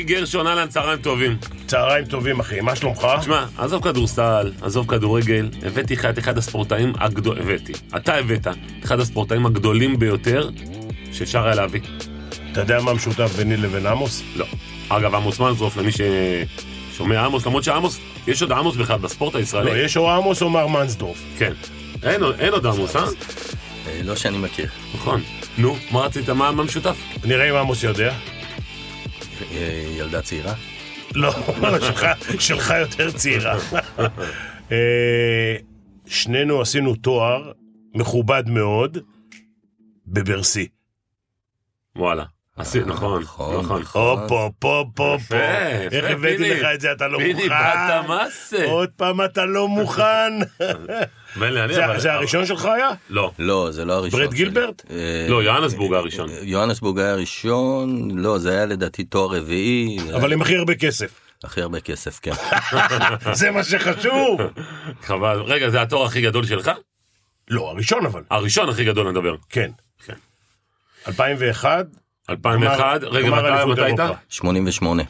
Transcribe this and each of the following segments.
גרשון, אהלן, צהריים טובים. צהריים טובים, אחי, מה שלומך? תשמע, עזוב כדורסל, עזוב כדורגל, הבאתי לך את אחד הספורטאים אתה הבאת אחד הספורטאים הגדולים ביותר שאפשר היה להביא. אתה יודע מה משותף ביני לבין עמוס? לא. אגב, עמוס מנזרוף, למי ששומע עמוס, למרות שעמוס, יש עוד עמוס בכלל בספורט הישראלי. לא, יש או עמוס או מר מנזדורף. כן. אין עוד עמוס, אה? לא שאני מכיר. נכון. נו, מה רצית? מה משותף? נראה אם עמוס יודע. ילדה צעירה? לא, שלך יותר צעירה. שנינו עשינו תואר מכובד מאוד בברסי. וואלה. נכון. איך הבאתי לך את זה? אתה לא פיני, מוכן. באת מסה. עוד פעם אתה לא מוכן. זה הראשון שלך היה? לא, זה לא הראשון. ברד גילברט? לא, יוהנסבורג הראשון. יוהנסבורג היה הראשון, לא, זה היה לדעתי תואר רביעי. אבל עם הכי הרבה כסף. הכי הרבה כסף, כן. זה מה שחשוב. חבל. רגע, זה התואר הכי גדול שלך? לא, הראשון אבל. הראשון הכי גדול נדבר. כן. 2001. 2001, רגע, מתי היית? 88.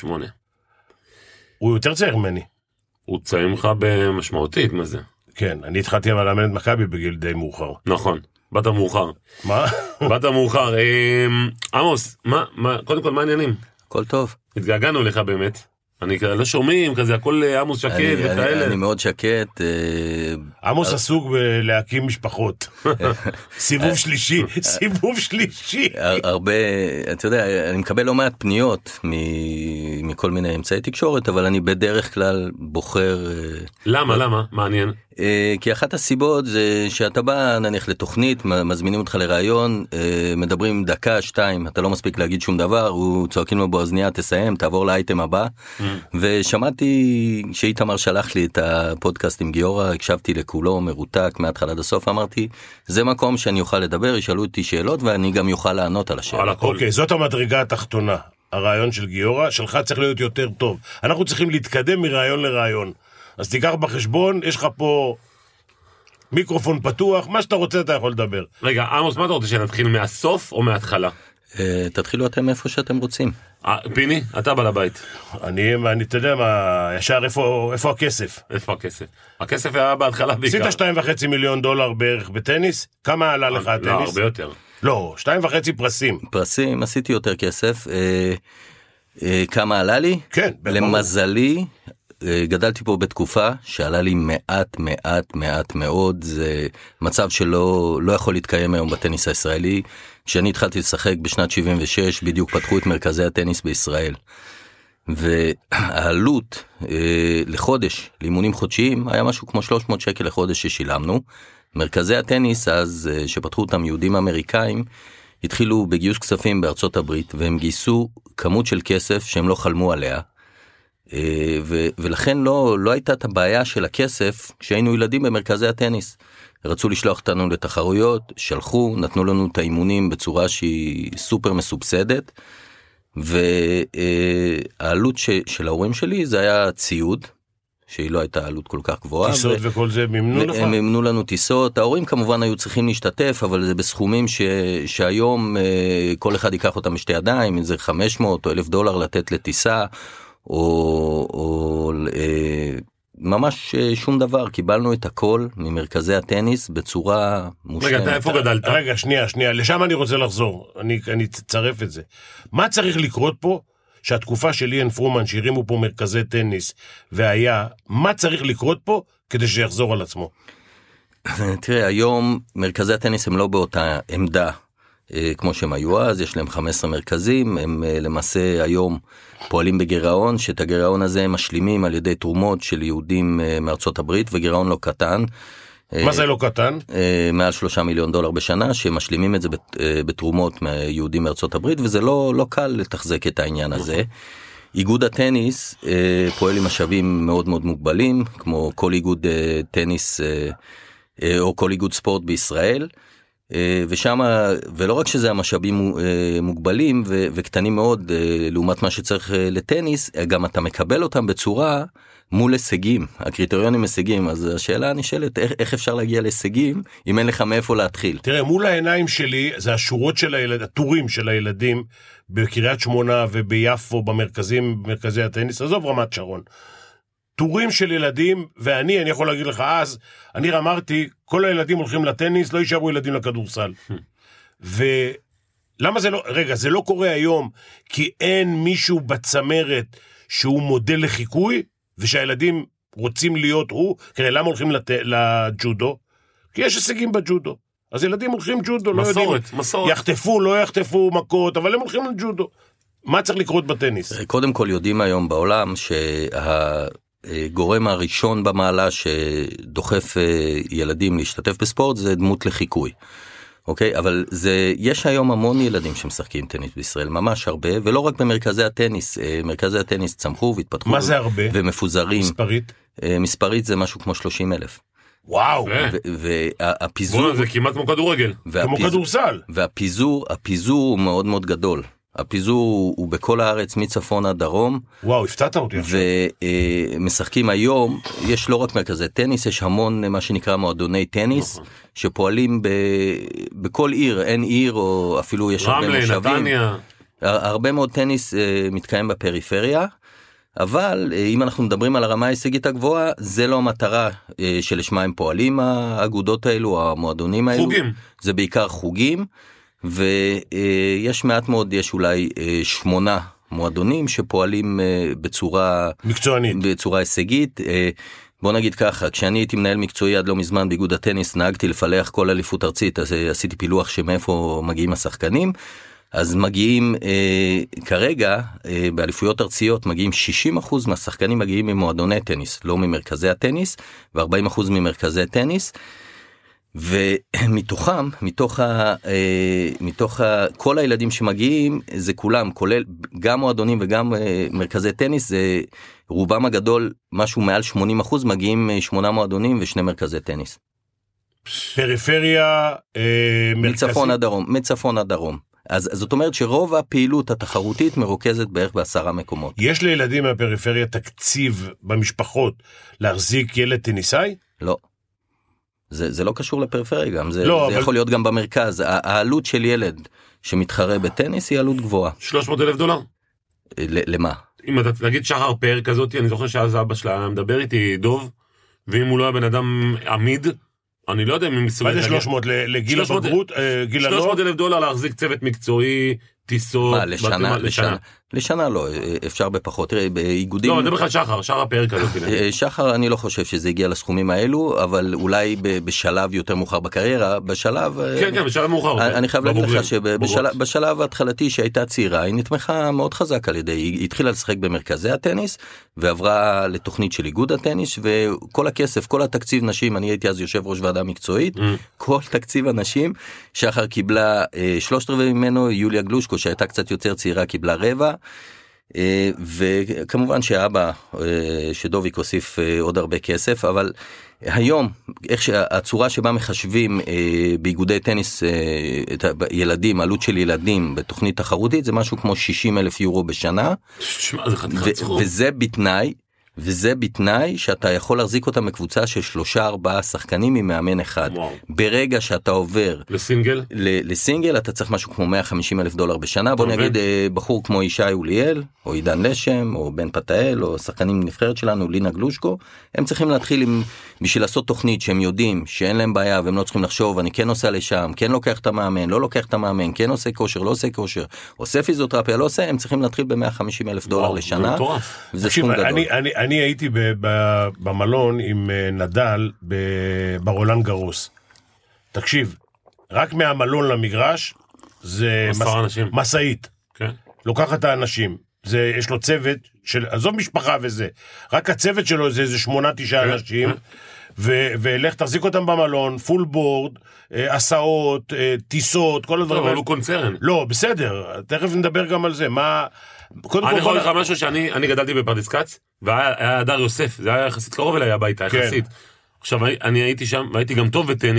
הוא יותר צעיר ממני. הוא צעיר ממך במשמעותית, מה זה? כן, אני התחלתי אבל לאמן את מכבי בגיל די מאוחר. נכון, באת מאוחר. מה? באת מאוחר. עמוס, קודם כל, מה העניינים? הכל טוב. התגעגענו לך באמת. אני לא שומעים, כזה הכל עמוס שקט וכאלה. אני מאוד שקט. עמוס עסוק בלהקים משפחות. סיבוב שלישי. הרבה, אתה יודע, אני מקבל לא מעט פניות מכל מיני אמצעי תקשורת, אבל אני בדרך כלל בוחר... למה? מעניין. כי אחת הסיבות זה שאתה בא נניח לתוכנית, מזמינים אותך לרעיון, מדברים דקה, שתיים, אתה לא מספיק להגיד שום דבר, הוא צועקים לו באוזניה, תסיים, תעבור לאייטם הבא. ושמעתי שאיתמר שלח לי את הפודקאסט עם גיורא, הקשבתי לכולו מרותק מההתחלה עד הסוף, אמרתי, זה מקום שאני אוכל לדבר, ישאלו אותי שאלות ואני גם יוכל לענות על השאלות. אוקיי, זאת המדרגה התחתונה. הרעיון של גיורא, שלך צריך להיות יותר טוב. אנחנו צריכים להתקדם מרעיון לרעיון. אז תיקח בחשבון, יש לך פה מיקרופון פתוח, מה שאתה רוצה אתה יכול לדבר. רגע, עמוס, מה אתה רוצה, שנתחיל מהסוף או מההתחלה? תתחילו אתם איפה שאתם רוצים. פיני, אתה בעל הבית. אני אתה יודע מה, ישר איפה הכסף? איפה הכסף? הכסף היה בהתחלה בעיקר. עשית $2.5 מיליון בערך בטניס? כמה עלה לך הטניס? לא, הרבה יותר. לא, 2.5 פרסים. פרסים, עשיתי יותר כסף. כמה עלה לי? כן. למזלי, גדלתי פה בתקופה שעלה לי מעט מאוד, זה מצב שלא יכול להתקיים היום בטניס הישראלי. כשאני התחלתי לשחק בשנת 76, בדיוק פתחו את מרכזי הטניס בישראל. והעלות לחודש, לאימונים חודשיים, היה משהו כמו 300 שקל לחודש ששילמנו. מרכזי הטניס, אז שפתחו אותם יהודים אמריקאים, התחילו בגיוס כספים בארצות הברית, והם גייסו כמות של כסף שהם לא חלמו עליה. ולכן לא הייתה את הבעיה של הכסף כשהיינו ילדים במרכזי הטניס. רצו לשלוח אותנו לתחרויות, שלחו, נתנו לנו את האימונים בצורה שהיא סופר מסובסדת, והעלות של ההורים שלי זה היה ציוד, שהיא לא הייתה עלות כל כך גבוהה. טיסות וכל זה מימנו לך? הם מימנו לנו טיסות, ההורים כמובן היו צריכים להשתתף, אבל זה בסכומים שהיום כל אחד ייקח אותם בשתי ידיים, אם זה 500 או $1,000 לתת לטיסה, או ממש שום דבר, קיבלנו את הכל ממרכזי הטניס בצורה מושלמת. רגע, אתה איפה גדלת? רגע, שנייה, לשם אני רוצה לחזור, אני אצרף את זה. מה צריך לקרות פה, שהתקופה של ליאן פרומן, שהרימו פה מרכזי טניס, מה צריך לקרות פה, כדי שיחזור על עצמו? תראה, היום מרכזי הטניס הם לא באותה עמדה, כמו שהם היו אז, יש להם 15 מרכזים, הם למעשה היום פועלים בגירעון, שאת הגירעון הזה הם משלימים על ידי תרומות של יהודים מארצות הברית, וגירעון לא קטן. מה זה לא קטן? מעל $3 מיליון בשנה, שמשלימים את זה בתרומות מיהודים מארצות הברית, וזה לא קל לתחזק את העניין הזה. איגוד הטניס פועל עם משאבים מאוד מאוד מוגבלים, כמו כל איגוד טניס או כל איגוד ספורט בישראל. ושם, ולא רק שזה המשאבים מוגבלים וקטנים מאוד לעומת מה שצריך לטניס, גם אתה מקבל אותם בצורה מול הישגים, הקריטריונים הישגים, אז השאלה נשאלת, איך אפשר להגיע להישגים אם אין לך מאיפה להתחיל? תראה, מול העיניים שלי, זה השורות של הטורים של הילדים בקריית שמונה וביפו, במרכזי הטניס, עזוב רמת שרון. טורים של ילדים, אני יכול להגיד לך אז, אני אמרתי, כל הילדים הולכים לטניס, לא יישארו ילדים לכדורסל. ולמה זה לא, רגע, זה לא קורה היום, כי אין מישהו בצמרת שהוא מודל לחיקוי, ושהילדים רוצים להיות הוא, כדי למה הולכים לג'ודו? כי יש הישגים בג'ודו. אז ילדים הולכים ג'ודו, לא יודעים, יחטפו, לא יחטפו מכות, אבל הם הולכים לג'ודו. מה צריך לקרות בטניס? קודם כל יודעים היום בעולם שהגורם הראשון במעלה שדוחף ילדים להשתתף בספורט זה דמות לחיקוי. אוקיי, אבל יש היום המון ילדים שמשחקים טניס בישראל, ממש הרבה, ולא רק במרכזי הטניס, מרכזי הטניס צמחו והתפתחו. מה זה הרבה? ומפוזרים. מספרית? מספרית זה משהו כמו 30,000. וואו. והפיזור... זה כמעט כמו כדורגל. כמו כדורסל. והפיזור הוא מאוד מאוד גדול. הפיזור הוא בכל הארץ מצפון עד דרום. וואו, הפתעת אותי עכשיו. ומשחקים היום, יש לא רק מרכזי טניס, יש המון מה שנקרא מועדוני טניס, שפועלים בכל עיר, אין עיר או אפילו יש הרבה מושבים. רמלה, נתניה. הרבה מאוד טניס מתקיים בפריפריה, אבל אם אנחנו מדברים על הרמה ההישגית הגבוהה, זה לא המטרה שלשמה הם פועלים האגודות האלו, המועדונים האלו. חוגים. זה בעיקר חוגים. ויש מעט מאוד, יש אולי 8 מועדונים שפועלים בצורה מקצוענית, בצורה הישגית. בוא נגיד ככה, כשאני הייתי מנהל מקצועי עד לא מזמן באיגוד הטניס, נהגתי לפלח כל אליפות ארצית, אז עשיתי פילוח שמאיפה מגיעים השחקנים, אז מגיעים כרגע באליפויות ארציות מגיעים 60% מהשחקנים מגיעים ממועדוני טניס, לא ממרכזי הטניס, ו40% ממרכזי טניס. ומתוכם, מתוך כל הילדים שמגיעים, זה כולם, כולל גם מועדונים וגם מרכזי טניס, זה רובם הגדול, משהו מעל 80% מגיעים 8 מועדונים ו2 מרכזי טניס. פריפריה, מצפון עד דרום. אז זאת אומרת שרוב הפעילות התחרותית מרוכזת בערך ב10 מקומות. יש לילדים מהפריפריה תקציב במשפחות להחזיק ילד טניסאי? לא. זה לא קשור לפריפריה גם, זה יכול להיות גם במרכז. העלות של ילד שמתחרה בטניס היא עלות גבוהה. $300,000? למה? אם אתה תגיד שחר פאר כזאת, אני זוכר שאז אבא שלה מדבר איתי דוב, ואם הוא לא היה בן אדם עמיד, אני לא יודע אם מסוגל... מה זה 300? לגיל הבגרות? גיל הנוער? $300,000 להחזיק צוות מקצועי, טיסות... מה, לשנה? לשנה לא, אפשר בפחות. תראה, באיגודים... לא, זה בכלל שחר פאר כזאת. שחר, אני לא חושב שזה הגיע לסכומים האלו, אבל אולי בשלב יותר מאוחר בקריירה, בשלב... כן, בשלב מאוחר. אני חייב להגיד לך שבשלב ההתחלתי שהייתה צעירה, היא נתמכה מאוד חזק על ידי, היא התחילה לשחק במרכזי הטניס, ועברה לתוכנית של איגוד הטניס, וכל הכסף, כל התקציב נשים, אני הייתי אז יושב ראש ועדה מקצועית, כל תקציב הנשים, שחר קיבלה 3/4 ממנו, יוליה גלושקו, שהייתה קצת יותר צעירה, קיבלה רבע, וכמובן שהאבא שדוביק הוסיף עוד הרבה כסף, אבל היום איך שהצורה שבה מחשבים באיגודי טניס את ילדים, עלות של ילדים בתוכנית תחרותית, זה משהו כמו 60,000 יורו בשנה, וזה בתנאי שאתה יכול להחזיק אותם בקבוצה של 3-4 שחקנים עם מאמן אחד. ברגע שאתה עובר לסינגל, אתה צריך משהו כמו $150,000 בשנה. בוא נגיד בחור כמו ישי אוליאל, או עידן לשם, או בן פתאל, או שחקנים נבחרת שלנו, לינה גלושקו, הם צריכים להתחיל בשביל לעשות תוכנית שהם יודעים שאין להם בעיה, והם לא צריכים לחשוב, אני כן נוסע לשם, כן לוקח את המאמן, לא לוקח את המאמן, כן עושה כושר, לא עושה כושר, עושה פיזיותרפיה, לא עושה, הם צריכים להתחיל $150,000 לשנה. וזה סכום גדול. אני הייתי במלון עם נדל ברולן גרוס. תקשיב, רק מהמלון למגרש זה מסעית. לוקחת את האנשים. יש לו צוות של, עזוב משפחה וזה, רק הצוות שלו זה 8-9 אנשים, ולך תחזיק אותם במלון, פול בורד, הסעות, טיסות, כל הדברים. אבל הוא קונצרן. לא, בסדר, תכף נדבר גם על זה. אני יכול לך משהו שאני גדלתי בפרדס כץ, והיה הדר יוסף, זה היה יחסית קרוב אליי הביתה, יחסית. עכשיו, אני הייתי שם, והייתי גם טוב בטניס,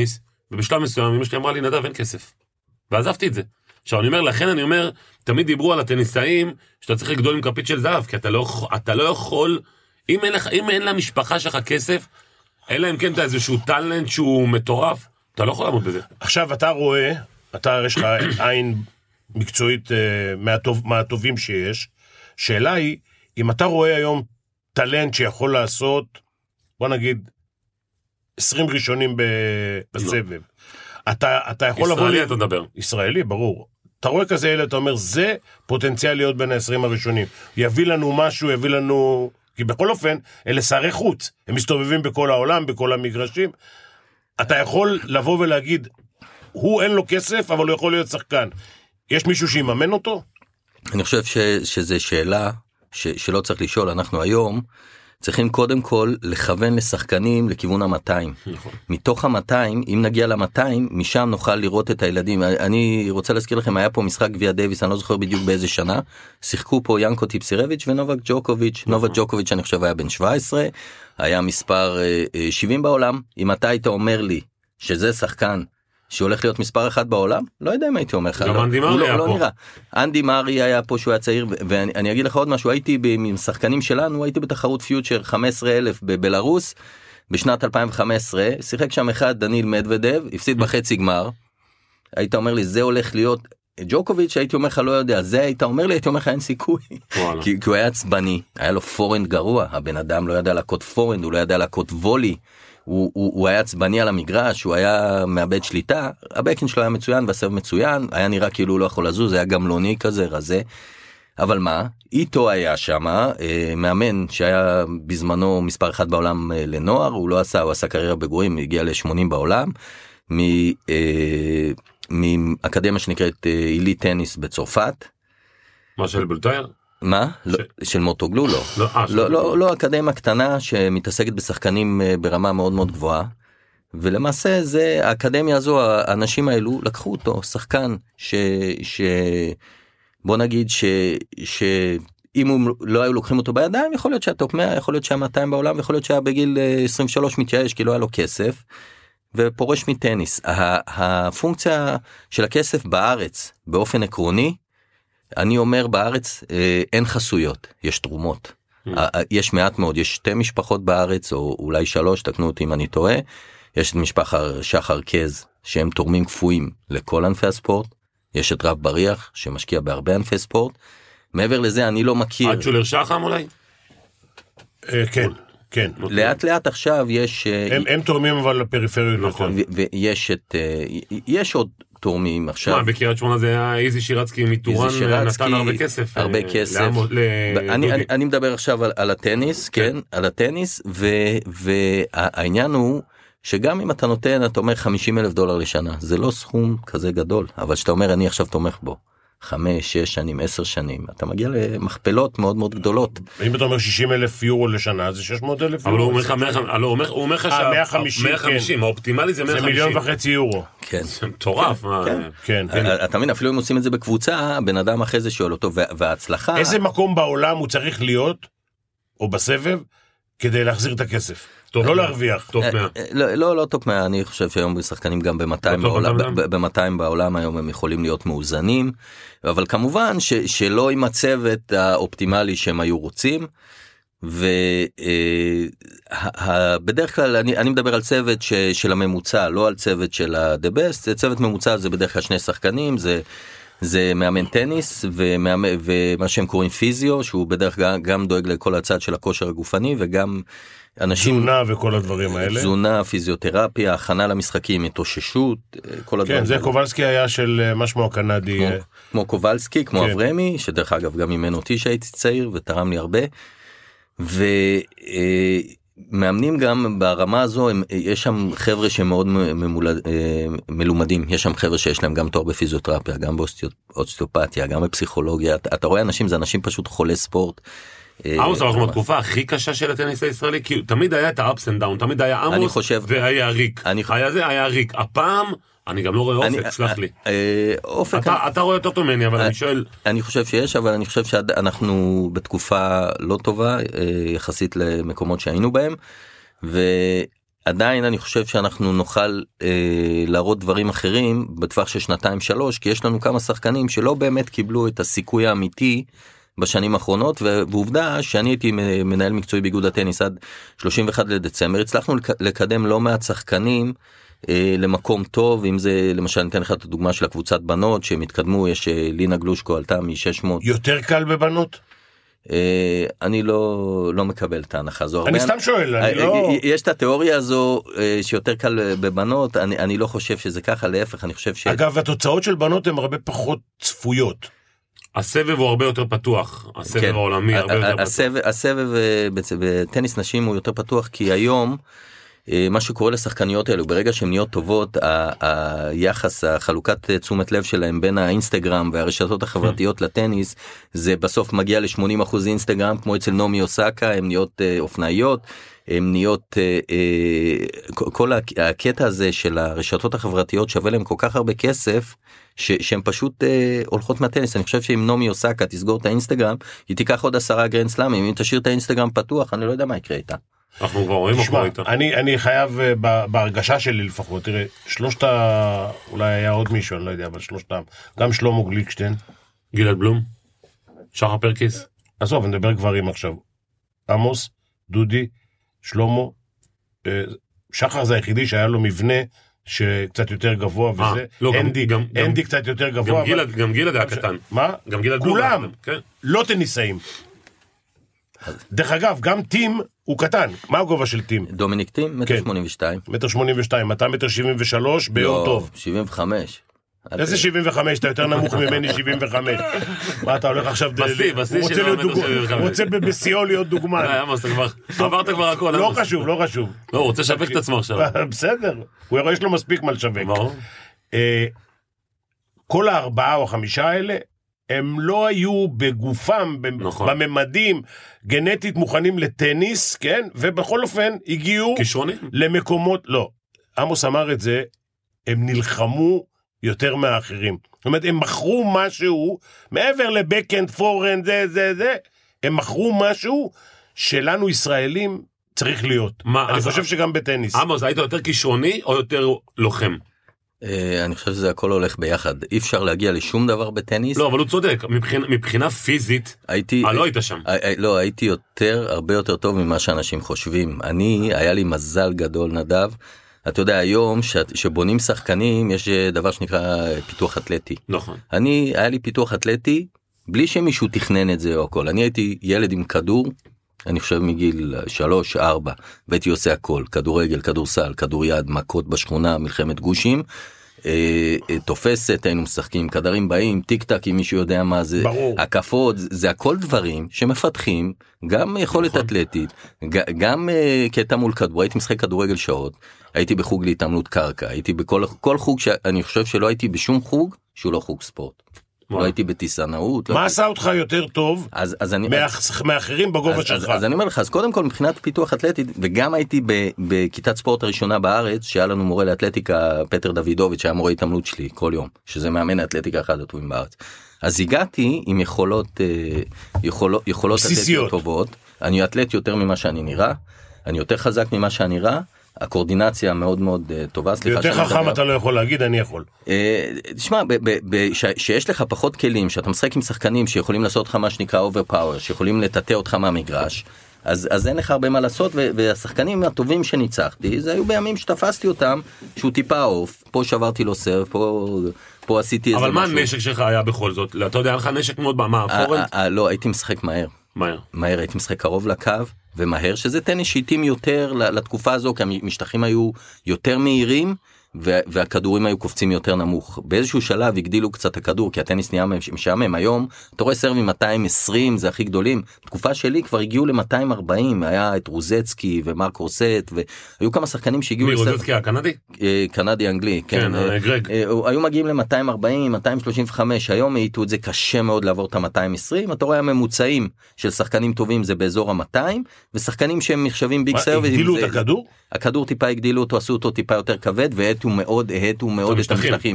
ובשלב מסוים אמא שלי אמרה לי, נדב, אין כסף. ועזבתי את זה. עכשיו אני אומר, לכן אני אומר, תמיד דיברו על הטניסאים, שאתה צריך לגדול עם כפית של זהב, כי אתה לא יכול, אם אין למשפחה שלך כסף, אלא אם כן אתה איזשהו טלנט שהוא מטורף, אתה לא יכול לעמוד בזה. עכשיו אתה רואה, יש לך עין מקצועית מהטובים שיש, שאלה היא, אם אתה רואה היום טלנט שיכול לעשות, בוא נגיד, 20 ראשונים בסבב, אתה יכול לבוא... ישראלי אתה מדבר. ישראלי, ברור. אתה רואה כזה ילד, אתה אומר, זה פוטנציאל להיות בין ה-20 הראשונים. יביא לנו משהו, יביא לנו... כי בכל אופן, אלה שרי חוץ. הם מסתובבים בכל העולם, בכל המגרשים. אתה יכול לבוא ולהגיד, הוא אין לו כסף, אבל הוא יכול להיות שחקן. יש מישהו שיממן אותו? אני חושב שזו שאלה שלא צריך לשאול. אנחנו היום צריכים קודם כל לכוון לשחקנים לכיוון ה-200. מתוך ה-200, אם נגיע ל-200, משם נוכל לראות את הילדים. אני רוצה להזכיר לכם, היה פה משחק גביע דייוויס, אני לא זוכר בדיוק באיזה שנה, שיחקו פה ינקו טיפסירביץ' ונובק ג'וקוביץ'. נובק ג'וקוביץ' אני חושב היה בן 17, היה מספר 70 בעולם. אם אתה היית אומר לי שזה שחקן שהולך להיות מספר 1 בעולם, לא יודע אם הייתי אומר לך. גם אנדי מארי היה פה. אנדי מארי היה פה שהוא היה צעיר, ואני אגיד לך עוד משהו, הייתי עם שחקנים שלנו, הייתי בתחרות פיוטשר 15,000 בבלרוס, בשנת 2015, שיחק שם אחד דניל מדוודב, הפסיד בחצי גמר, היית אומר לי, זה הולך להיות ג'וקוביץ', הייתי אומר לך לא יודע, זה היית אומר לי, הייתי אומר לך אין סיכוי, כי הוא היה עצבני, היה לו פורנד גרוע, הבן אדם לא ידע להכות פורנד, הוא לא ידע להכות וולי, הוא היה עצבני על המגרש, הוא היה מאבד שליטה, הבקן שלו היה מצוין והסב מצוין, היה נראה כאילו הוא לא יכול לזוז, זה היה גמלוני כזה, רזה, אבל מה, איתו היה שמה, מאמן שהיה בזמנו מספר 1 בעולם לנוער, הוא לא עשה, הוא עשה קריירה בגורים, הגיע ל-80 בעולם, מאקדמיה שנקראת אילי טניס בצרפת. מה של בולטייר? מה? של מוטוגלו לא. לא אקדמיה קטנה שמתעסקת בשחקנים ברמה מאוד מאוד גבוהה, ולמעשה זה האקדמיה הזו, האנשים האלו לקחו אותו, שחקן בוא נגיד שאם הם לא היו לוקחים אותו בידיים, יכול להיות שהטופ 100, יכול להיות שהיה 200 בעולם, יכול להיות שהיה בגיל 23 מתייאש כי לא היה לו כסף, ופורש מטניס. הפונקציה של הכסף בארץ, באופן עקרוני, אני אומר בארץ אין חסויות, יש תרומות. יש מעט מאוד, יש 2 משפחות בארץ, או אולי 3, תקנו אותי אם אני טועה. יש את משפחה שחר קז, שהם תורמים קפואים לכל ענפי הספורט. יש את רב בריח, שמשקיע בהרבה ענפי ספורט. מעבר לזה אני לא מכיר. עד שולר שחם אולי? כן, כן. לאט לאט עכשיו יש... הם תורמים אבל לפריפריות. נכון. ויש עוד תורמים עכשיו. מה, בקריית שמונה זה היה איזי שירצקי מטורן, נתן הרבה כסף. הרבה כסף. אני מדבר עכשיו על הטניס, כן, על הטניס, והעניין הוא שגם אם אתה נותן, אתה אומר $50,000 לשנה, זה לא סכום כזה גדול, אבל שאתה אומר אני עכשיו תומך בו 5, 6 שנים, 10 שנים, אתה מגיע למכפלות מאוד מאוד גדולות. אם אתה אומר 60,000 יורו לשנה, זה 600,000 אבל יורו. הוא אומר לך 150, האופטימלי זה 150. זה 1,500,000 יורו. כן. זה מטורף. כן. אתה מבין, אפילו אם עושים את זה בקבוצה, בן אדם אחרי זה שואל אותו, וההצלחה... איזה מקום בעולם הוא צריך להיות, או בסבב, כדי להחזיר את הכסף? לא להרוויח. טופ 100. לא טופ 100, אני חושב שהיום בשחקנים גם ב-200 בעולם היום הם יכולים להיות מאוזנים, אבל כמובן שלא עם הצוות האופטימלי שהם היו רוצים, ובדרך כלל אני מדבר על צוות של הממוצע, לא על צוות של ה-the best, צוות ממוצע זה בדרך כלל 2 שחקנים, זה מאמן טניס ומה שהם קוראים פיזיו, שהוא בדרך כלל גם דואג לכל הצד של הכושר הגופני, וגם אנשים... תזונה וכל הדברים האלה. תזונה, פיזיותרפיה, הכנה למשחקים, התאוששות, כל הדברים. כן, זה קובלסקי היה של משמו הקנדי. כמו קובלסקי, כמו אברמי, שדרך אגב גם אימן אותי שהייתי צעיר ותרם לי הרבה. ומאמנים גם ברמה הזו, יש שם חבר'ה שמאוד מלומדים, יש שם חבר'ה שיש להם גם תואר בפיזיותרפיה, גם באוסטיופתיה, גם בפסיכולוגיה, אתה רואה אנשים, זה אנשים פשוט חולי ספורט. עמוס, אנחנו בתקופה הכי קשה של הטניס הישראלי, כי תמיד היה את ה-ups and down, תמיד היה עמוס והיה ריק. היה ריק. הפעם, אני גם לא רואה אופק, סלח לי. אתה רואה יותר טוב ממני, אבל אני שואל... אני חושב שיש, אבל אני חושב שאנחנו בתקופה לא טובה, יחסית למקומות שהיינו בהם, עדיין אני חושב שאנחנו נוכל להראות דברים אחרים בטווח של 2-3, כי יש לנו כמה שחקנים שלא באמת קיבלו את הסיכוי האמיתי בשנים האחרונות, ועובדה שאני הייתי מנהל מקצועי באיגוד הטניס עד 31 לדצמבר, הצלחנו לקדם לא מעט שחקנים למקום טוב, אם זה למשל ניתן לך את הדוגמה של הקבוצת בנות שהם התקדמו, יש לינה גלושקו עלתה מ-600. יותר קל בבנות? אני לא מקבל את ההנחה הזו. אני סתם שואל, אני לא... יש את התיאוריה הזו שיותר קל בבנות, אני לא חושב שזה ככה, להפך, אני חושב ש... אגב, התוצאות של בנות הן הרבה פחות צפויות. הסבב הוא הרבה יותר פתוח, הסבב העולמי הרבה יותר פתוח. הסבב בטניס נשים הוא יותר פתוח, כי היום מה שקורה לשחקניות האלו, ברגע שהן נהיות טובות, היחס, החלוקת תשומת לב שלהם בין האינסטגרם והרשתות החברתיות לטניס, זה בסוף מגיע ל-80% אינסטגרם, כמו אצל נעמי אוסקה, הן נהיות אופנאיות, הן נהיות, כל הקטע הזה של הרשתות החברתיות שווה להם כל כך הרבה כסף, שהן פשוט הולכות מהטניס. אני חושב שאם נעמי אוסקה תסגור את האינסטגרם, היא תיקח עוד 10 גרנד סלאמים, אם תשאיר את האינסטגרם פתוח, אני לא יודע מה יקרה איתה. אנחנו כבר רואים מה קורה איתה. אני חייב, בהרגשה שלי לפחות, תראה, אולי היה עוד מישהו, אני לא יודע, אבל שלושתם, גם שלמה גליקשטיין. גלעד בלום? שחר פרקיס? עזוב, אני מדבר גברים עכשיו. עמוס, דודי, שלמה, שחר זה היחידי שהיה לו מבנה שקצת יותר גבוה וזה, אנדי קצת יותר גבוה. גם גלעד היה קטן. מה? גם גלעד בלום. כולם, לא טניסאים. דרך אגב, גם טים הוא קטן. מה הגובה של טים? דומיניק טים, 1.82 מטר. 1.82, אתה 1.73 באור טוב. 75. איזה 75? אתה יותר נמוך ממני 75. מה אתה הולך עכשיו? בשיא שלו 1.75. הוא רוצה בסיוע להיות דוגמן. עברת כבר הכל. לא חשוב, לא חשוב. לא, הוא רוצה לשווק את עצמו עכשיו. בסדר, יש לו מספיק מה לשווק. כל 4 או 5 האלה, הם לא היו בגופם, בממדים, גנטית מוכנים לטניס, כן? ובכל אופן הגיעו למקומות, לא, עמוס אמר את זה, הם נלחמו יותר מהאחרים. זאת אומרת, הם מכרו משהו, מעבר לבקאנד, פורנד, זה, הם מכרו משהו שלנו ישראלים צריך להיות. אני חושב שגם בטניס. עמוס, היית יותר כישרוני או יותר לוחם? אני חושב שזה הכל הולך ביחד, אי אפשר להגיע לשום דבר בטניס. לא, אבל הוא צודק, מבחינה פיזית, לא היית שם. לא, הייתי הרבה יותר טוב ממה שאנשים חושבים. היה לי מזל גדול, נדב. אתה יודע, היום שבונים שחקנים, יש דבר שנקרא פיתוח אתלטי. נכון. היה לי פיתוח אתלטי, בלי שמישהו תכנן את זה או הכל. אני הייתי ילד עם כדור, אני חושב מגיל 3-4, והייתי עושה הכל, כדורגל, כדורסל, כדוריד, מכות בשכונה, מלחמת גושים, תופסת, היינו משחקים, כדרים באים, טיק טק, אם מישהו יודע מה זה, הקפות, זה הכל דברים שמפתחים, גם יכולת אתלטית, גם קטע מול כדור, הייתי משחק כדורגל שעות, הייתי בחוג להתאמנות קרקע, הייתי בכל חוג, אני חושב שלא הייתי בשום חוג, שהוא לא חוג ספורט. לא הייתי בטיסנאות. מה עשה אותך יותר טוב מאחרים בגובה שלך? אז אני אומר לך, אז קודם כל מבחינת פיתוח אתלטית, וגם הייתי בכיתת ספורט הראשונה בארץ, שהיה לנו מורה לאתלטיקה, פטר דוידוביץ', שהיה מורה התאמנות שלי כל יום, שזה מאמן האתלטיקה אחד הטובים בארץ. אז הגעתי עם יכולות אתלטיות טובות, אני אתלט יותר ממה שאני נראה, אני יותר חזק ממה שאני נראה, הקורדינציה מאוד מאוד טובה. יותר חכם אתה לא יכול להגיד, אני יכול. תשמע, שיש לך פחות כלים, שאתה משחק עם שחקנים שיכולים לעשות לך מה שנקרא overpower, שיכולים לטאטא אותך מהמגרש, אז אין לך הרבה מה לעשות, והשחקנים הטובים שניצחתי, זה היו בימים שתפסתי אותם, שהוא טיפה אוף, פה שברתי לו סרב, פה עשיתי איזה משהו. אבל מה הנשק שלך היה בכל זאת? אתה יודע, היה לך נשק מאוד מה, פורנד? לא, הייתי משחק מהר, הייתי משחק קרוב לקו, ומהר, שזה טניס שהתאים יותר לתקופה הזו, כי המשטחים היו יותר מהירים, והכדורים היו קופצים יותר נמוך. באיזשהו שלב הגדילו קצת הכדור, כי הטניס נהיה משעמם. היום, אתה רואה סרבים 220, זה הכי גדולים. בתקופה שלי כבר הגיעו ל-240, היה את רוזצקי ומרק רוסט, והיו כמה שחקנים שהגיעו... מי רוזצקי, הקנדי? קנדי אנגלי, כן. גרג. היו מגיעים ל-240, 235, היום העיתו את זה קשה מאוד לעבור את ה-220, אתה רואה הממוצעים של שחקנים טובים זה באזור ה-200, ושחקנים שהם נחשבים ביג סרבים... הגדילו את הכדור? הכדור טיפה הגדילו אותו, עשו אותו טיפה יותר כבד, והאטו מאוד את המשטחים.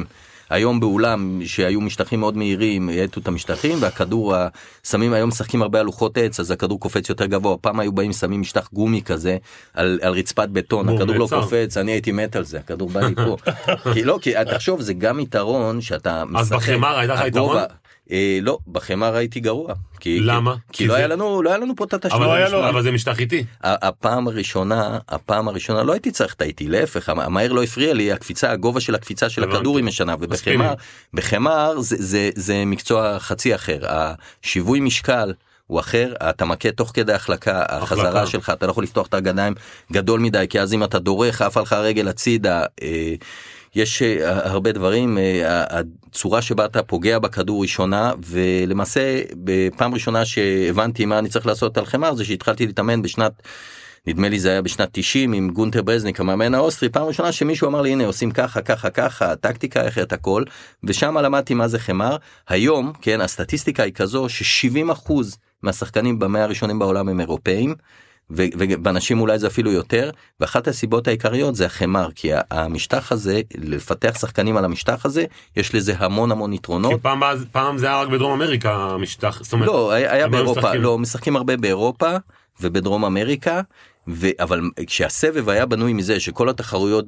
היום באולם שהיו משטחים מאוד מהירים, יעטו את המשטחים, והכדור, שמים היום משחקים הרבה על לוחות עץ, אז הכדור קופץ יותר גבוה. פעם היו באים שמים משטח גומי כזה על רצפת בטון, הכדור לא קופץ, אני הייתי מת על זה, הכדור בא לי פה. כי תחשוב, זה גם יתרון שאתה משחק. אז בחמר הייתה לך יתרון? לא, בחמר הייתי גרוע. למה? כי לא היה לנו פה את התשלום. אבל זה משטח איתי. הפעם הראשונה לא הייתי צריך את האיטי, להפך, המהר לא הפריע לי, הגובה של הקפיצה של הכדור היא משנה, ובחמר זה מקצוע חצי אחר, השיווי משקל הוא אחר, אתה מכה תוך כדי החלקה, החזרה שלך, אתה לא יכול לפתוח את הגדיים גדול מדי, כי אז אם אתה דורך, אף עליך הרגל הצידה, יש הרבה דברים, הצורה שבה אתה פוגע בכדור היא שונה, ולמעשה בפעם ראשונה שהבנתי מה אני צריך לעשות על חמר, זה שהתחלתי להתאמן נדמה לי זה היה בשנת 90 עם גונטר ברזניק, המאמן האוסטרי, פעם ראשונה שמישהו אמר לי, הנה עושים ככה, ככה, ככה, טקטיקה, איך את הכל, ושם למדתי מה זה חמר. היום, כן, הסטטיסטיקה היא כזו ש70% מהשחקנים במאה הראשונים בעולם הם אירופאים, ובאנשים אולי זה אפילו יותר, ואחת הסיבות העיקריות זה החמר, כי המשטח הזה, לפתח שחקנים על המשטח הזה, יש לזה המון יתרונות. כי פעם זה היה רק בדרום אמריקה המשטח, לא, היה באירופה, לא, משחקים הרבה באירופה ובדרום אמריקה, אבל כשהסבב היה בנוי מזה שכל התחרויות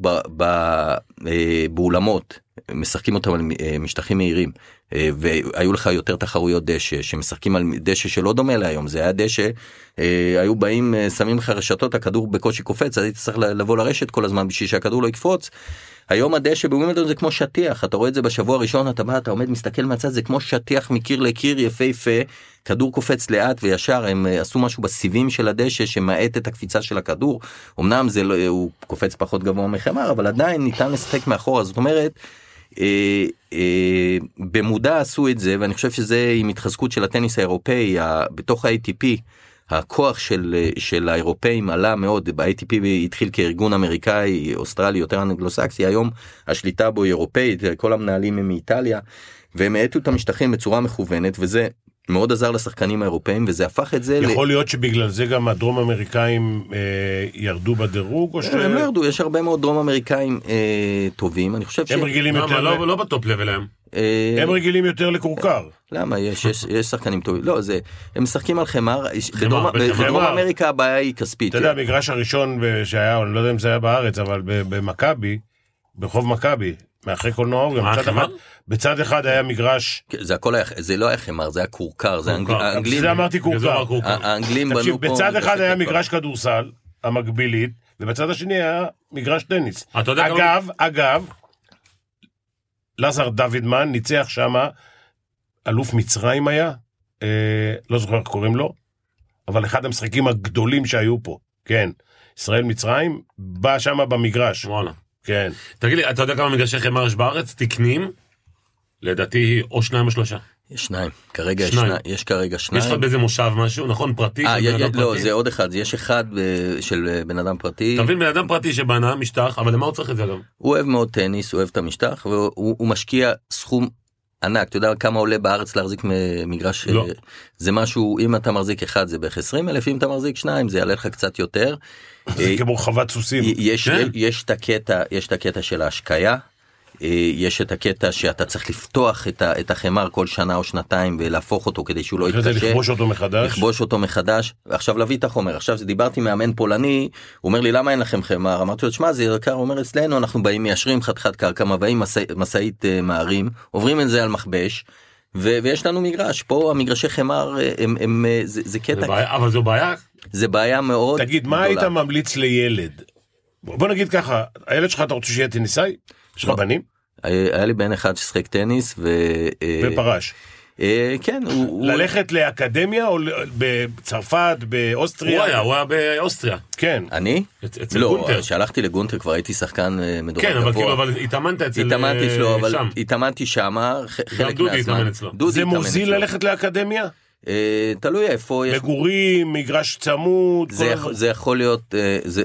באולמות משחקים אותם על משטחים מהירים, והיו לך יותר תחרויות דשא שמשחקים על דשא שלא דומה להיום, זה היה דשא, היו באים, שמים לך רשתות, הכדור בקושי קופץ, אז היית צריך לבוא לרשת כל הזמן בשביל שהכדור לא יקפוץ. היום הדשא בווימבלדון זה כמו שטיח, אתה רואה את זה בשבוע הראשון, אתה בא, אתה עומד, מסתכל מהצד, זה כמו שטיח מקיר לקיר, יפה, כדור קופץ לאט וישר, הם עשו משהו בסיבים של הדשא שמעט את הקפיצה של הכדור, אמנם זה לא, הוא קופץ פחות גבוה מחמר, אבל עדיין ניתן לשחק מאחורה, זאת אומרת, במודע עשו את זה, ואני חושב שזה עם התחזקות של הטניס האירופאי, בתוך ה-ATP, הכוח של האירופאים עלה מאוד, ב-ATP התחיל כארגון אמריקאי, אוסטרלי, יותר אנגלוסקסי, היום השליטה בו היא אירופאית, כל המנהלים הם מאיטליה, והם העטו את המשטחים בצורה מכוונת, וזה מאוד עזר לשחקנים האירופאים, וזה הפך את זה... יכול להיות שבגלל זה גם הדרום אמריקאים ירדו בדירוג, או ש... הם לא ירדו, יש הרבה מאוד דרום אמריקאים טובים, אני חושב הם רגילים יותר... לא בטופ לבל הם. הם רגילים יותר לקורקר. למה? יש שחקנים טובים. לא, הם משחקים על חמר. בדרום אמריקה הבעיה היא כספית. אתה יודע, המגרש הראשון שהיה, אני לא יודע אם זה היה בארץ, אבל במכבי, ברחוב מכבי, מאחרי קולנוע, בצד אחד היה מגרש... זה לא היה חמר, זה היה קורקר. זה אמרתי קורקר. האנגלים בנו פה... בצד אחד היה מגרש כדורסל, המקבילית, ובצד השני היה מגרש טניס. אגב, לזר דוידמן ניצח שמה, אלוף מצרים היה, לא זוכר איך קוראים לו, אבל אחד המשחקים הגדולים שהיו פה, כן, ישראל מצרים, בא שמה במגרש. וואלה. כן. תגיד לי, אתה יודע כמה מגרשי חמר יש בארץ? תקנים? לדעתי או 2 או 3. יש 2, כרגע יש כרגע 2. יש לך באיזה מושב משהו, נכון? פרטי? לא, זה עוד אחד, יש אחד של בן אדם פרטי. אתה מבין, בן אדם פרטי שבנה משטח, אבל למה הוא צריך את זה גם? הוא אוהב מאוד טניס, הוא אוהב את המשטח, והוא משקיע סכום ענק. אתה יודע כמה עולה בארץ להחזיק מגרש? לא. זה משהו, אם אתה מחזיק אחד זה בערך 20,000, אם אתה מחזיק 2 זה יעלה לך קצת יותר. זה כמו חוות סוסים. יש את הקטע של ההשקיה, יש את הקטע שאתה צריך לפתוח את החמר כל שנה או שנתיים ולהפוך אותו כדי שהוא לא יתקשר. לכבוש אותו מחדש. עכשיו להביא את החומר. עכשיו דיברתי מאמן פולני, הוא אומר לי למה אין לכם חמר? אמרתי לו, שמה זה יקר, הוא אומר אצלנו אנחנו באים מיישרים חתיכת קרקע, מבאים מסעית מערים, עוברים את זה על מכבש, ויש לנו מגרש. פה המגרשי חמר זה קטע. אבל זו בעיה? זה בעיה מאוד גדולה. תגיד, מה היית ממליץ לילד? בוא נגיד ככה, הילד שלך אתה רוצה שיהיה טניסאי? יש לך בנים? היה לי בן אחד ששחק טניס ופרש. כן. ללכת לאקדמיה או בצרפת, באוסטריה? הוא היה באוסטריה. כן. אני? לא, כשהלכתי לגונטר כבר הייתי שחקן מדורג גבוה. כן, אבל התאמנת אצל שם. התאמנתי שם חלק מהזמן. זה מוזיל ללכת לאקדמיה? תלוי איפה יש מגורים, מגרש צמוד, זה יכול להיות,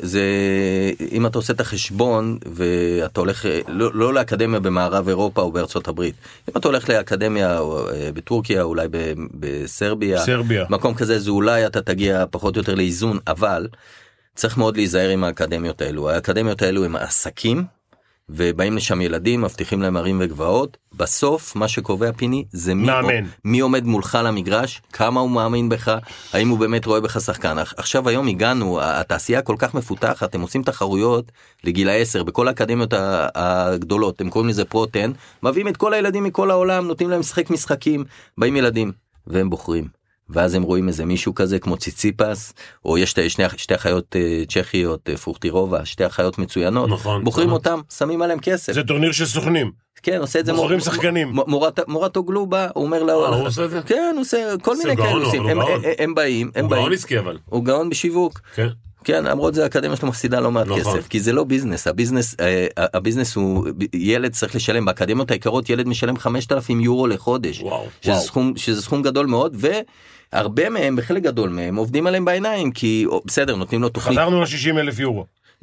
אם אתה עושה את החשבון ואתה הולך לא לאקדמיה במערב אירופה או בארצות הברית, אם אתה הולך לאקדמיה בטורקיה, אולי בסרביה, מקום כזה, זה אולי אתה תגיע פחות או יותר לאיזון, אבל צריך מאוד להיזהר עם האקדמיות האלו. האקדמיות האלו הם עסקים, ובאים לשם ילדים, מבטיחים להם ערים וגבעות, בסוף מה שקובע פיני זה מי עומד מולך למגרש, כמה הוא מאמין בך, האם הוא באמת רואה בך שחקן. עכשיו היום הגענו, התעשייה כל כך מפותחת, הם עושים תחרויות לגיל 10, בכל האקדמיות הגדולות, הם קוראים לזה פרו-10, מביאים את כל הילדים מכל העולם, נותנים להם לשחק משחקים, באים ילדים, והם בוחרים. ואז הם רואים איזה מישהו כזה כמו ציציפס, או יש שתי אחיות צ'כיות, פרוכטירובה, שתי אחיות מצוינות, נכון, בוחרים אותם, שמים עליהם כסף. זה טורניר של סוכנים. כן, עושה את זה בוחרים שחקנים. מורטוגלו בא, הוא אומר לה... הוא עושה את זה? כן, הוא עושה כל מיני כאלה עושים. הם באים. הוא גאון עסקי אבל. הוא גאון בשיווק. כן. כן, למרות זה האקדמיה שלו מפסידה לא מעט כסף, כי זה לא ביזנס, הביזנס הוא, ילד צריך לשלם, באקדמיות העיקרות ילד משלם 5,000 יורו לחודש, שזה סכום גדול מאוד, והרבה מהם, בחלק גדול מהם, עובדים עליהם בעיניים, כי בסדר, נותנים לו תוכנית. חזרנו ל-60,000 יורו.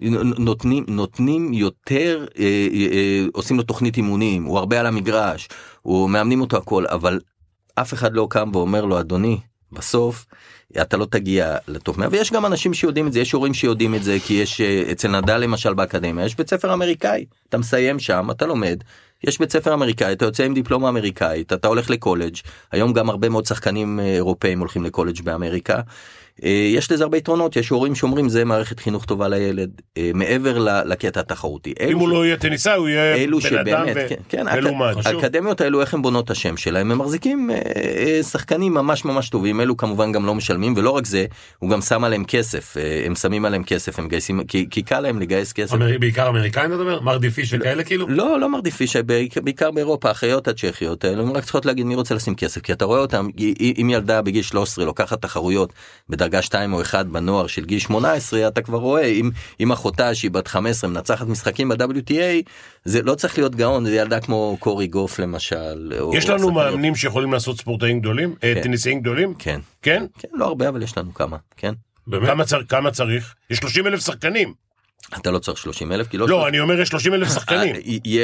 נותנים יותר, עושים לו תוכנית אימונים, הוא הרבה על המגרש, הוא מאמנים אותו הכל, אבל אף אחד לא קם ואומר לו, אדוני, בסוף, אתה לא תגיע לטוב 100, ויש גם אנשים שיודעים את זה, יש הורים שיודעים את זה, כי יש אצל נדל למשל באקדמיה, יש בית ספר אמריקאי, אתה מסיים שם, אתה לומד, יש בית ספר אמריקאי, אתה יוצא עם דיפלומה אמריקאית, אתה הולך לקולג', היום גם הרבה מאוד שחקנים אירופאים הולכים לקולג' באמריקה, יש לזה הרבה יתרונות, יש הורים שאומרים זה מערכת חינוך טובה לילד, מעבר לקטע התחרותי. אם הוא לא יהיה טניסאי, הוא יהיה בן אדם ולומד. האקדמיות האלו, איך הם בונות השם שלהם, הם מחזיקים שחקנים ממש ממש טובים, אלו כמובן גם לא משלמים, ולא רק זה, הוא גם שם עליהם כסף, הם שמים עליהם כסף, הם גייסים, כי קל להם לגייס כסף. בעיקר אמריקאים אתה אומר? מרדיפיש וכאלה כאילו? לא מרדיפיש, בעיקר באירופה, האחיות הצ'כיות, הם רק צריכות להגיד מי רוצה לשים כסף, כי אתה רואה אותם, אם ילדה בגיל 13 לוקחת תחרויות בדרגה 2 או 1 בנוער של גיל 18, אתה כבר רואה, אם אחותה שהיא בת 15 מנצחת משחקים ב-WTA, זה לא צריך להיות גאון, זה ילדה כמו קורי גוף למשל. יש לנו מאמנים שיכולים לעשות ספורטאים גדולים, טניסאים גדולים? כן. כן? כן, לא הרבה, אבל יש לנו כמה, כן. כמה צריך? יש 30,000 שחקנים. אתה לא צריך 30,000, כי לא, אני אומר יש 30,000 שחקנים.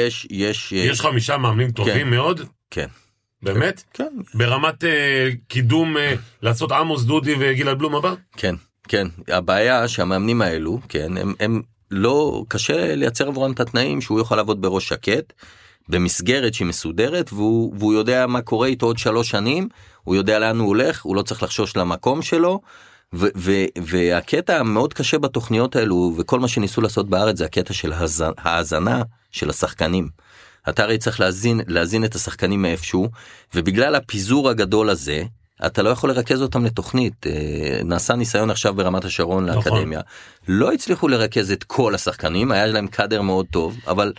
יש 5 מאמנים טובים מאוד? כן. באמת? כן. ברמת קידום לעשות עמוס דודי וגיל בלום הבא? כן, כן. הבעיה שהמאמנים האלו, כן, הם לא, קשה לייצר עבורם את התנאים שהוא יוכל לעבוד בראש שקט, במסגרת שהיא מסודרת, והוא יודע מה קורה איתו עוד 3 שנים, הוא יודע לאן הוא הולך, הוא לא צריך לחשוש למקום שלו, והקטע המאוד קשה בתוכניות האלו, וכל מה שניסו לעשות בארץ, זה הקטע של ההאזנה של השחקנים. אתה הרי צריך להזין את השחקנים מאיפשהו, ובגלל הפיזור הגדול הזה, אתה לא יכול לרכז אותם לתוכנית. נעשה ניסיון עכשיו ברמת השרון לאקדמיה. לא הצליחו לרכז את כל השחקנים, היה להם קאדר מאוד טוב, אבל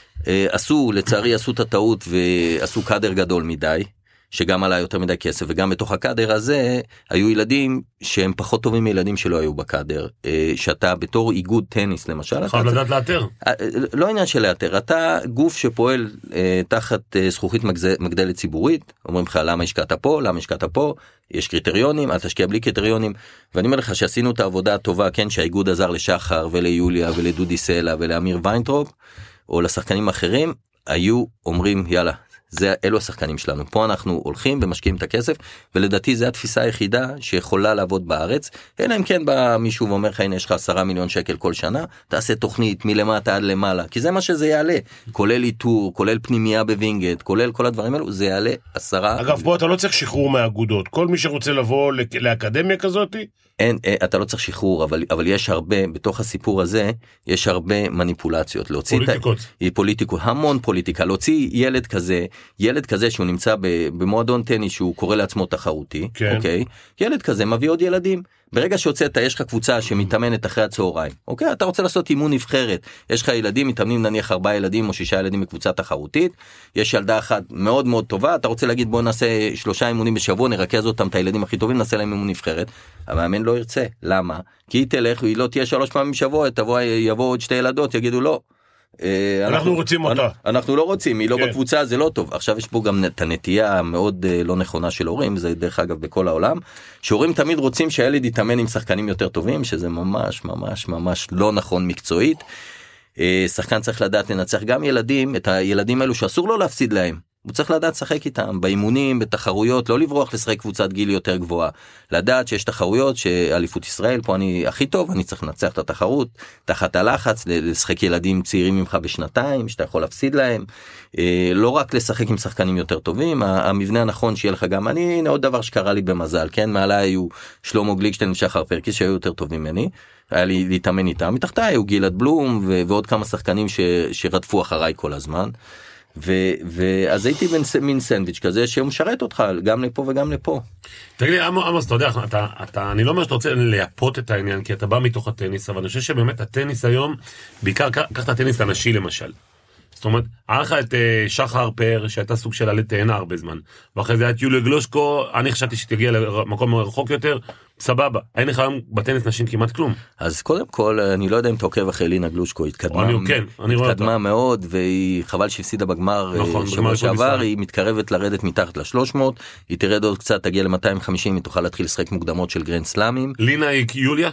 לצערי עשו את הטעות ועשו קאדר גדול מדי, שגם עלה יותר מדי כסף, וגם בתוך הקאדר הזה היו ילדים שהם פחות טובים מילדים שלא היו בקאדר, שאתה בתור איגוד טניס למשל, חייב לדעת לאתר. לא עניין של לאתר, אתה גוף שפועל תחת זכוכית מגדלת ציבורית, אומרים לך למה השקעת פה, למה השקעת פה, יש קריטריונים, אל תשקיע בלי קריטריונים, ואני אומר לך שעשינו את העבודה הטובה, כן, שהאיגוד עזר לשחר וליוליה ולדודי סלע ולאמיר ויינטרופ, או לשחקנים אחרים, היו אומרים יאללה, אלו השחקנים שלנו, פה אנחנו הולכים ומשקיעים את הכסף, ולדעתי זה התפיסה היחידה שיכולה לעבוד בארץ, אלא אם כן בא מישהו ואומר לך, הנה יש לך 10 מיליון שקל כל שנה, תעשה תוכנית מלמטה עד למעלה, כי זה מה שזה יעלה, כולל איתור, כולל פנימייה בווינגייט, כולל כל הדברים האלו, זה יעלה 10. אגב, פה אתה לא צריך שחרור מהאגודות, כל מי שרוצה לבוא לאקדמיה כזאת, אתה לא צריך שחרור, אבל יש הרבה, בתוך הסיפור הזה, יש הרבה מניפולציות, פוליטיקות, המון פוליטיקה, להוציא ילד כזה שהוא נמצא במועדון טניס שהוא קורא לעצמו תחרותי, אוקיי? ילד כזה מביא עוד ילדים, ברגע שהוצאת יש לך קבוצה שמתאמנת אחרי הצהריים, אוקיי? אתה רוצה לעשות אימון נבחרת, יש לך ילדים, מתאמנים נניח 4 ילדים או 6 ילדים בקבוצה תחרותית, יש ילדה אחת מאוד מאוד טובה, אתה רוצה להגיד בוא נעשה 3 אימונים בשבוע, נרכז אותם, את הילדים הכי טובים, נעשה להם אימון נבחרת, המאמן לא ירצה, למה? כי היא תלך, היא לא תהיה 3 פעמים בשבוע, יבוא עוד 2 ילדות, יגידו לא. אנחנו רוצים אותה. אנחנו לא רוצים, היא לא בקבוצה, זה לא טוב. עכשיו יש פה גם את הנטייה המאוד לא נכונה של הורים, זה דרך אגב בכל העולם, שהורים תמיד רוצים שהילד יתאמן עם שחקנים יותר טובים, שזה ממש ממש ממש לא נכון מקצועית. שחקן צריך לדעת לנצח גם ילדים, את הילדים האלו שאסור לו להפסיד להם. הוא צריך לדעת לשחק איתם, באימונים, בתחרויות, לא לברוח לשחק קבוצת גיל יותר גבוהה, לדעת שיש תחרויות, שאליפות ישראל, פה אני הכי טוב, אני צריך לנצח את התחרות, תחת הלחץ, לשחק ילדים צעירים ממך בשנתיים, שאתה יכול להפסיד להם, לא רק לשחק עם שחקנים יותר טובים, המבנה הנכון שיהיה לך גם, הנה עוד דבר שקרה לי במזל, כן, מעלה היו שלמה גליקשטיין ושחר פרקיס, שהיו יותר טובים ממני, היה לי להתאמן איתם, מתחתה היו גלעד בלום, ועוד כמה שחקנים שרדפו אחריי כל הזמן, ואז הייתי מין סנדוויץ' כזה שהוא משרת אותך גם לפה וגם לפה. תגיד לי עמוס, אתה יודע, אני לא אומר שאתה רוצה לייפות את העניין כי אתה בא מתוך הטניס, אבל אני חושב שבאמת הטניס היום, בעיקר קח את הטניס הנשי למשל, זאת אומרת, היה לך את שחר פאר שהייתה סוג של עלי תאנה הרבה זמן, ואחרי זה היה את יוליה גלושקו, אני חשבתי שתגיע למקום רחוק יותר, סבבה, אין לך היום בטניס נשים כמעט כלום. אז קודם כל, אני לא יודע אם אתה עוקב אחרי לינה גלושקו, התקדמה מאוד, והיא חבל שהפסידה בגמר שבוע שעבר, היא מתקרבת לרדת מתחת ל-300, היא תרד עוד קצת, תגיע ל-250, היא תוכל להתחיל לשחק מוקדמות של גרנד סלאמים. לינה היא יוליה?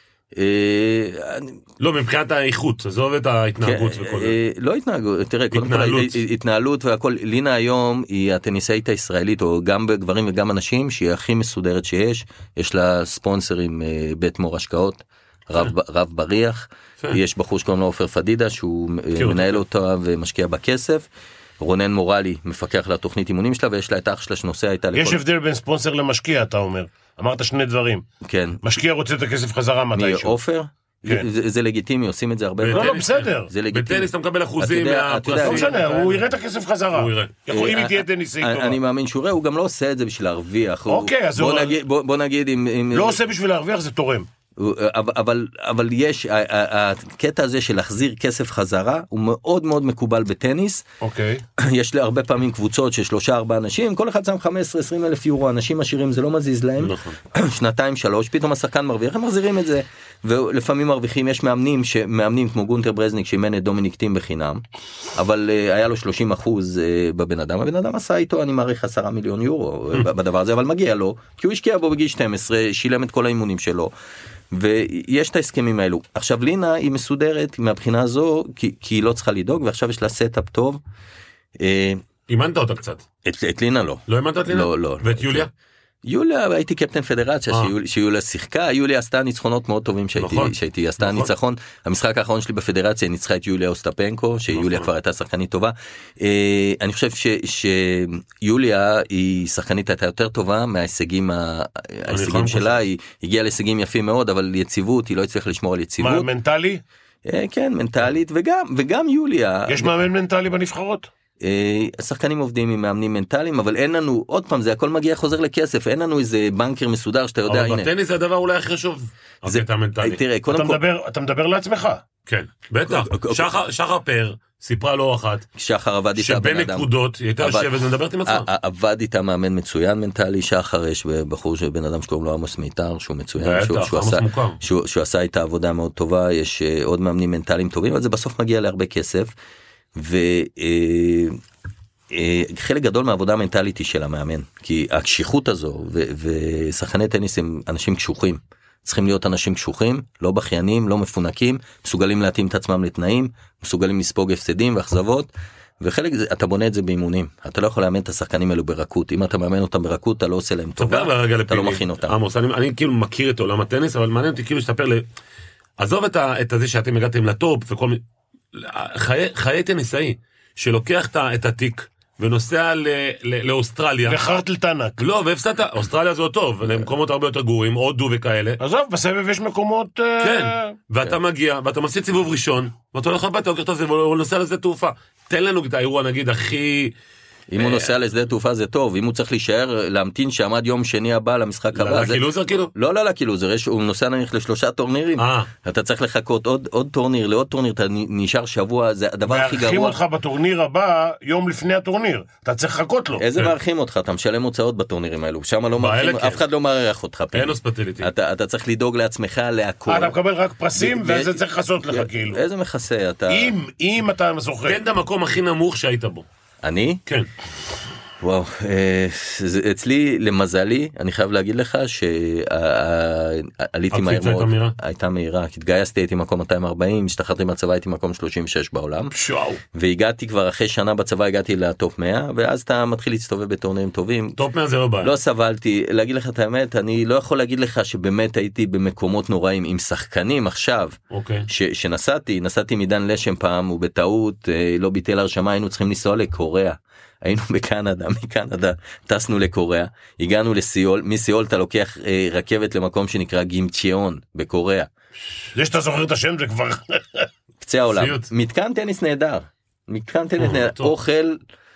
לא, מבחינת האיכות, עזוב את ההתנהגות וכל זה. לא התנהגות, תראה, קודם כל התנהלות והכל, לינה היום היא הטניסאית הישראלית, או גם בגברים וגם אנשים, שהיא הכי מסודרת שיש, יש לה ספונסרים בית מור השקעות, רב בריח, יש בחור שקוראים לו עופר פדידה, שהוא מנהל אותה ומשקיע בכסף, רונן מורלי מפקח לתוכנית אימונים שלה, ויש לה את אח שלה שנוסע איתה. יש הבדל בין ספונסר למשקיע, אתה אומר. אמרת שני דברים. כן. משקיע רוצה את הכסף חזרה מתישהו. עופר? זה לגיטימי, עושים את זה הרבה. לא, בסדר. בטניס אתה מקבל אחוזים מהפרסים. לא משנה, הוא יראה את הכסף חזרה. אם היא תהיה טניסאית טובה. אני מאמין שהוא יראה, הוא גם לא עושה את זה בשביל להרוויח. אוקיי, אז בוא נגיד אם... לא עושה בשביל להרוויח, זה תורם. אבל יש, הקטע הזה של להחזיר כסף חזרה, הוא מאוד מאוד מקובל בטניס. אוקיי. יש לי הרבה פעמים קבוצות של 3-4 אנשים, כל אחד שם 15-20 אלף יורו, אנשים עשירים, זה לא מזיז להם. שנתיים, 3, פתאום השחקן מרוויח, הם מחזירים את זה. ולפעמים מרוויחים, יש מאמנים כמו גונטר ברזניק, שאימן את דומיניק טים בחינם, אבל היה לו 30% בבן אדם, הבן אדם עשה איתו, אני מעריך 10 מיליון יורו בדבר הזה, אבל מגיע לו, כי הוא השקיע בו בגיל 12, שילם את כל האימונים שלו, ויש את ההסכמים האלו. עכשיו לינה היא מסודרת מהבחינה הזו, כי היא לא צריכה לדאוג, ועכשיו יש לה סטאפ טוב. אימנת אותה קצת? את לינה לא. לא אימנת את לינה? לא. ואת יוליה? יוליה, הייתי קפטן פדרציה, שיוליה שיחקה, יוליה עשתה ניצחונות מאוד טובים שהייתי, עשתה ניצחון, המשחק האחרון שלי בפדרציה, היא ניצחה את יוליה אוסטפנקו, שיוליה כבר הייתה שחקנית טובה, אני חושב שיוליה היא שחקנית הייתה יותר טובה מההישגים שלה, היא הגיעה להישגים יפים מאוד, אבל יציבות, היא לא הצליחה לשמור על יציבות. מה, מנטלי? כן, מנטלית, וגם יוליה. יש מאמן מנטלי בנבחרות? השחקנים עובדים עם מאמנים מנטליים, אבל אין לנו, עוד פעם, זה הכל מגיע חוזר לכסף, אין לנו איזה בנקר מסודר שאתה יודע, אבל בטניס זה הדבר אולי הכי חשוב. אתה מדבר לעצמך. כן, בטח. שחר פאר סיפרה לו אחת, שחר עבד איתה שבנקודות, היא הייתה יושבת ומדברת עם עצמה. עבד איתה מאמן מצוין מנטלי, שחר יש בחור שבן אדם שקוראים לו עמוס מיתר, שהוא מצוין, שהוא עשה איתה עבודה מאוד טובה, יש עוד מאמנים מנטליים טובים, אבל זה בסוף מגיע להרבה כסף. וחלק גדול מהעבודה המנטלית היא של המאמן, כי הקשיחות הזו, ושחקני טניס הם אנשים קשוחים, צריכים להיות אנשים קשוחים, לא בכיינים, לא מפונקים, מסוגלים להתאים את עצמם לתנאים, מסוגלים לספוג הפסדים ואכזבות, וחלק אתה בונה את זה באימונים, אתה לא יכול לאמן את השחקנים האלו ברכות, אם אתה מאמן אותם ברכות אתה לא עושה להם טובה, אתה לא מכין אותם. עמוס, אני כאילו מכיר את עולם הטניס, אבל מעניין אותי כאילו שתספר לי, עזוב את זה שאתם הגעתם לטופ וכל מיני, חיי טניסאי שלוקח את התיק ונוסע לאוסטרליה לחרט לטנק, לא, והפסדת, אוסטרליה זה טוב, למקומות הרבה יותר גרועים, הודו וכאלה, עזוב, בסבב יש מקומות, כן, ואתה מגיע ואתה מפסיד סיבוב ראשון ואתה הולך הביתה, הוא נוסע לזה תעופה, תן לנו את האירוע נגיד הכי, אם הוא נוסע לשדה תעופה זה טוב, אם הוא צריך להישאר להמתין שעמד יום שני הבא למשחק הבא, לקילוזר כאילו? לא לקילוזר, הוא נוסע נניח ל3 טורנירים, אתה צריך לחכות עוד טורניר לעוד טורניר, אתה נשאר שבוע, זה הדבר הכי גרוע. מארחים אותך בטורניר הבא יום לפני הטורניר, אתה צריך לחכות לו. איזה מארחים אותך? אתה משלם הוצאות בטורנירים האלו, שם לא מארחים, אף אחד לא מארח אותך. אין הוספיטליטי. אתה צריך לדאוג לעצמך להכל. אתה מקבל רק פרסים וזה צריך לחסות לך כאילו. איזה מכסה אתה? אם אתה זוכר. תן את המקום הכי נמוך שהיית בו. אני? כן. וואו, אצלי למזלי אני חייב להגיד לך שעליתי מהר מאוד, הייתה מהירה, התגייסתי הייתי מקום 240, השתחררתי מהצבא הייתי מקום 36 בעולם, והגעתי כבר אחרי שנה בצבא הגעתי לטופ 100, ואז אתה מתחיל להסתובב בטורנירים טובים. טופ 100 זה לא בעיה. לא סבלתי, להגיד לך את האמת, אני לא יכול להגיד לך שבאמת הייתי במקומות נוראים עם שחקנים עכשיו, שנסעתי מדן לשם פעם, ובטעות לא ביטל הרשמה, היינו צריכים לנסוע לקוריאה. היינו בקנדה, מקנדה טסנו לקוריאה, הגענו לסיול, מסיול אתה לוקח רכבת למקום שנקרא גימצ'יון בקוריאה. זה שאתה זוכר את השם זה כבר... קצה העולם. מתקן טניס נהדר, מתקן טניס נהדר, אוכל,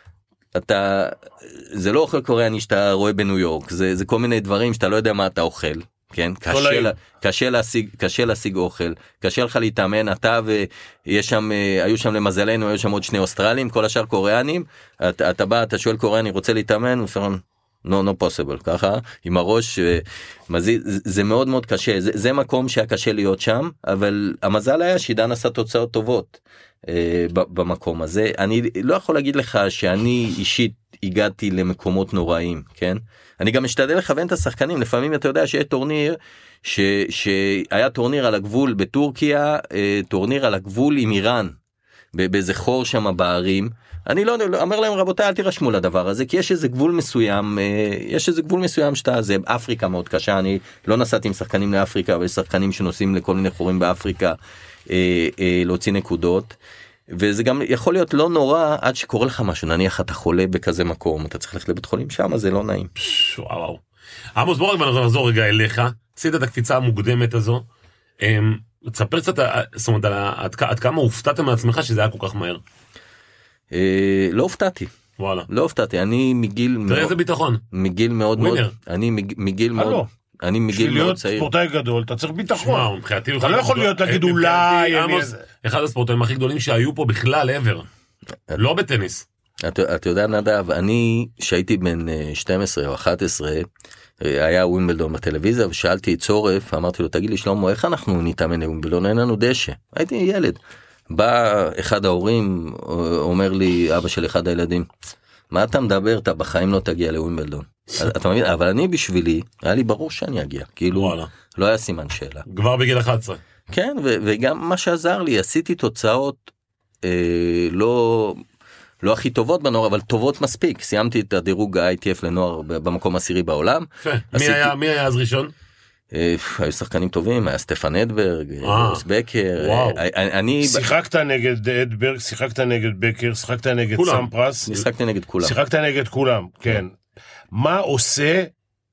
זה לא אוכל קוריאני שאתה רואה בניו יורק, זה כל מיני דברים שאתה לא יודע מה אתה אוכל. כן, קשה להשיג אוכל, קשה לך להתאמן, אתה ויש שם, היו שם למזלנו, היו שם עוד 2 אוסטרלים, כל השאר קוריאנים, אתה בא, אתה שואל קוריאני, רוצה להתאמן, הוא אומר, no possible, ככה, עם הראש, זה מאוד מאוד קשה, זה מקום שהיה קשה להיות שם, אבל המזל היה שעידן עשה תוצאות טובות במקום הזה, אני לא יכול להגיד לך שאני אישית הגעתי למקומות נוראים, כן? אני גם משתדל לכוון את השחקנים, לפעמים אתה יודע שיש טורניר, שהיה טורניר על הגבול בטורקיה, טורניר על הגבול עם איראן, באיזה חור שם בערים, אני לא אומר להם רבותיי אל תירשמו לדבר הזה, כי יש איזה גבול מסוים, זה אפריקה מאוד קשה, אני לא נסעתי עם שחקנים לאפריקה, אבל יש שחקנים שנוסעים לכל מיני חורים באפריקה, להוציא נקודות, וזה גם יכול להיות לא נורא עד שקורה לך משהו, נניח אתה חולה בכזה מקום, אתה צריך ללכת לבית חולים שם, זה לא נעים. וואו. עמוס בוא רק נחזור רגע אליך, עשית את הקפיצה המוקדמת הזו, תספר קצת, זאת אומרת, עד כמה הופתעת מעצמך שזה היה כל כך מהר? לא הופתעתי. וואלה. לא הופתעתי, אני מגיל תראה איזה ביטחון. מגיל מאוד מאוד, אני מגיל מאוד, אני מגיל מאוד צעיר. להיות ספורטאי גדול, אתה צריך ביטחון. אתה לא לא יכול להיות להגיד אולי... אחד הספורטאים הכי גדולים שהיו פה בכלל עבר. לא בטניס. אתה יודע נדב, אני שהייתי בן 12 או 11, היה ווימבלדון בטלוויזיה, ושאלתי את צורף, אמרתי לו, תגיד לי שלמה, איך אנחנו נתאמן לווימבלדון? אין לנו דשא. הייתי ילד. בא אחד ההורים, אומר לי, אבא של אחד הילדים, מה אתה מדבר? אתה בחיים לא תגיע לווימבלדון. אתה מבין? אבל אני בשבילי, היה לי ברור שאני אגיע. כאילו, לא היה סימן שאלה. כבר בגיל 11. כן, וגם מה שעזר לי, עשיתי תוצאות לא הכי טובות בנוער, אבל טובות מספיק. סיימתי את הדירוג ה-ITF לנוער במקום 10 בעולם. מי היה אז ראשון? היו שחקנים טובים, היה סטפן אדברג, רוס בקר. שיחקת נגד אדברג, שיחקת נגד בקר, שיחקת נגד סמפרס. שיחקתי נגד כולם. שיחקת נגד כולם, כן. מה עושה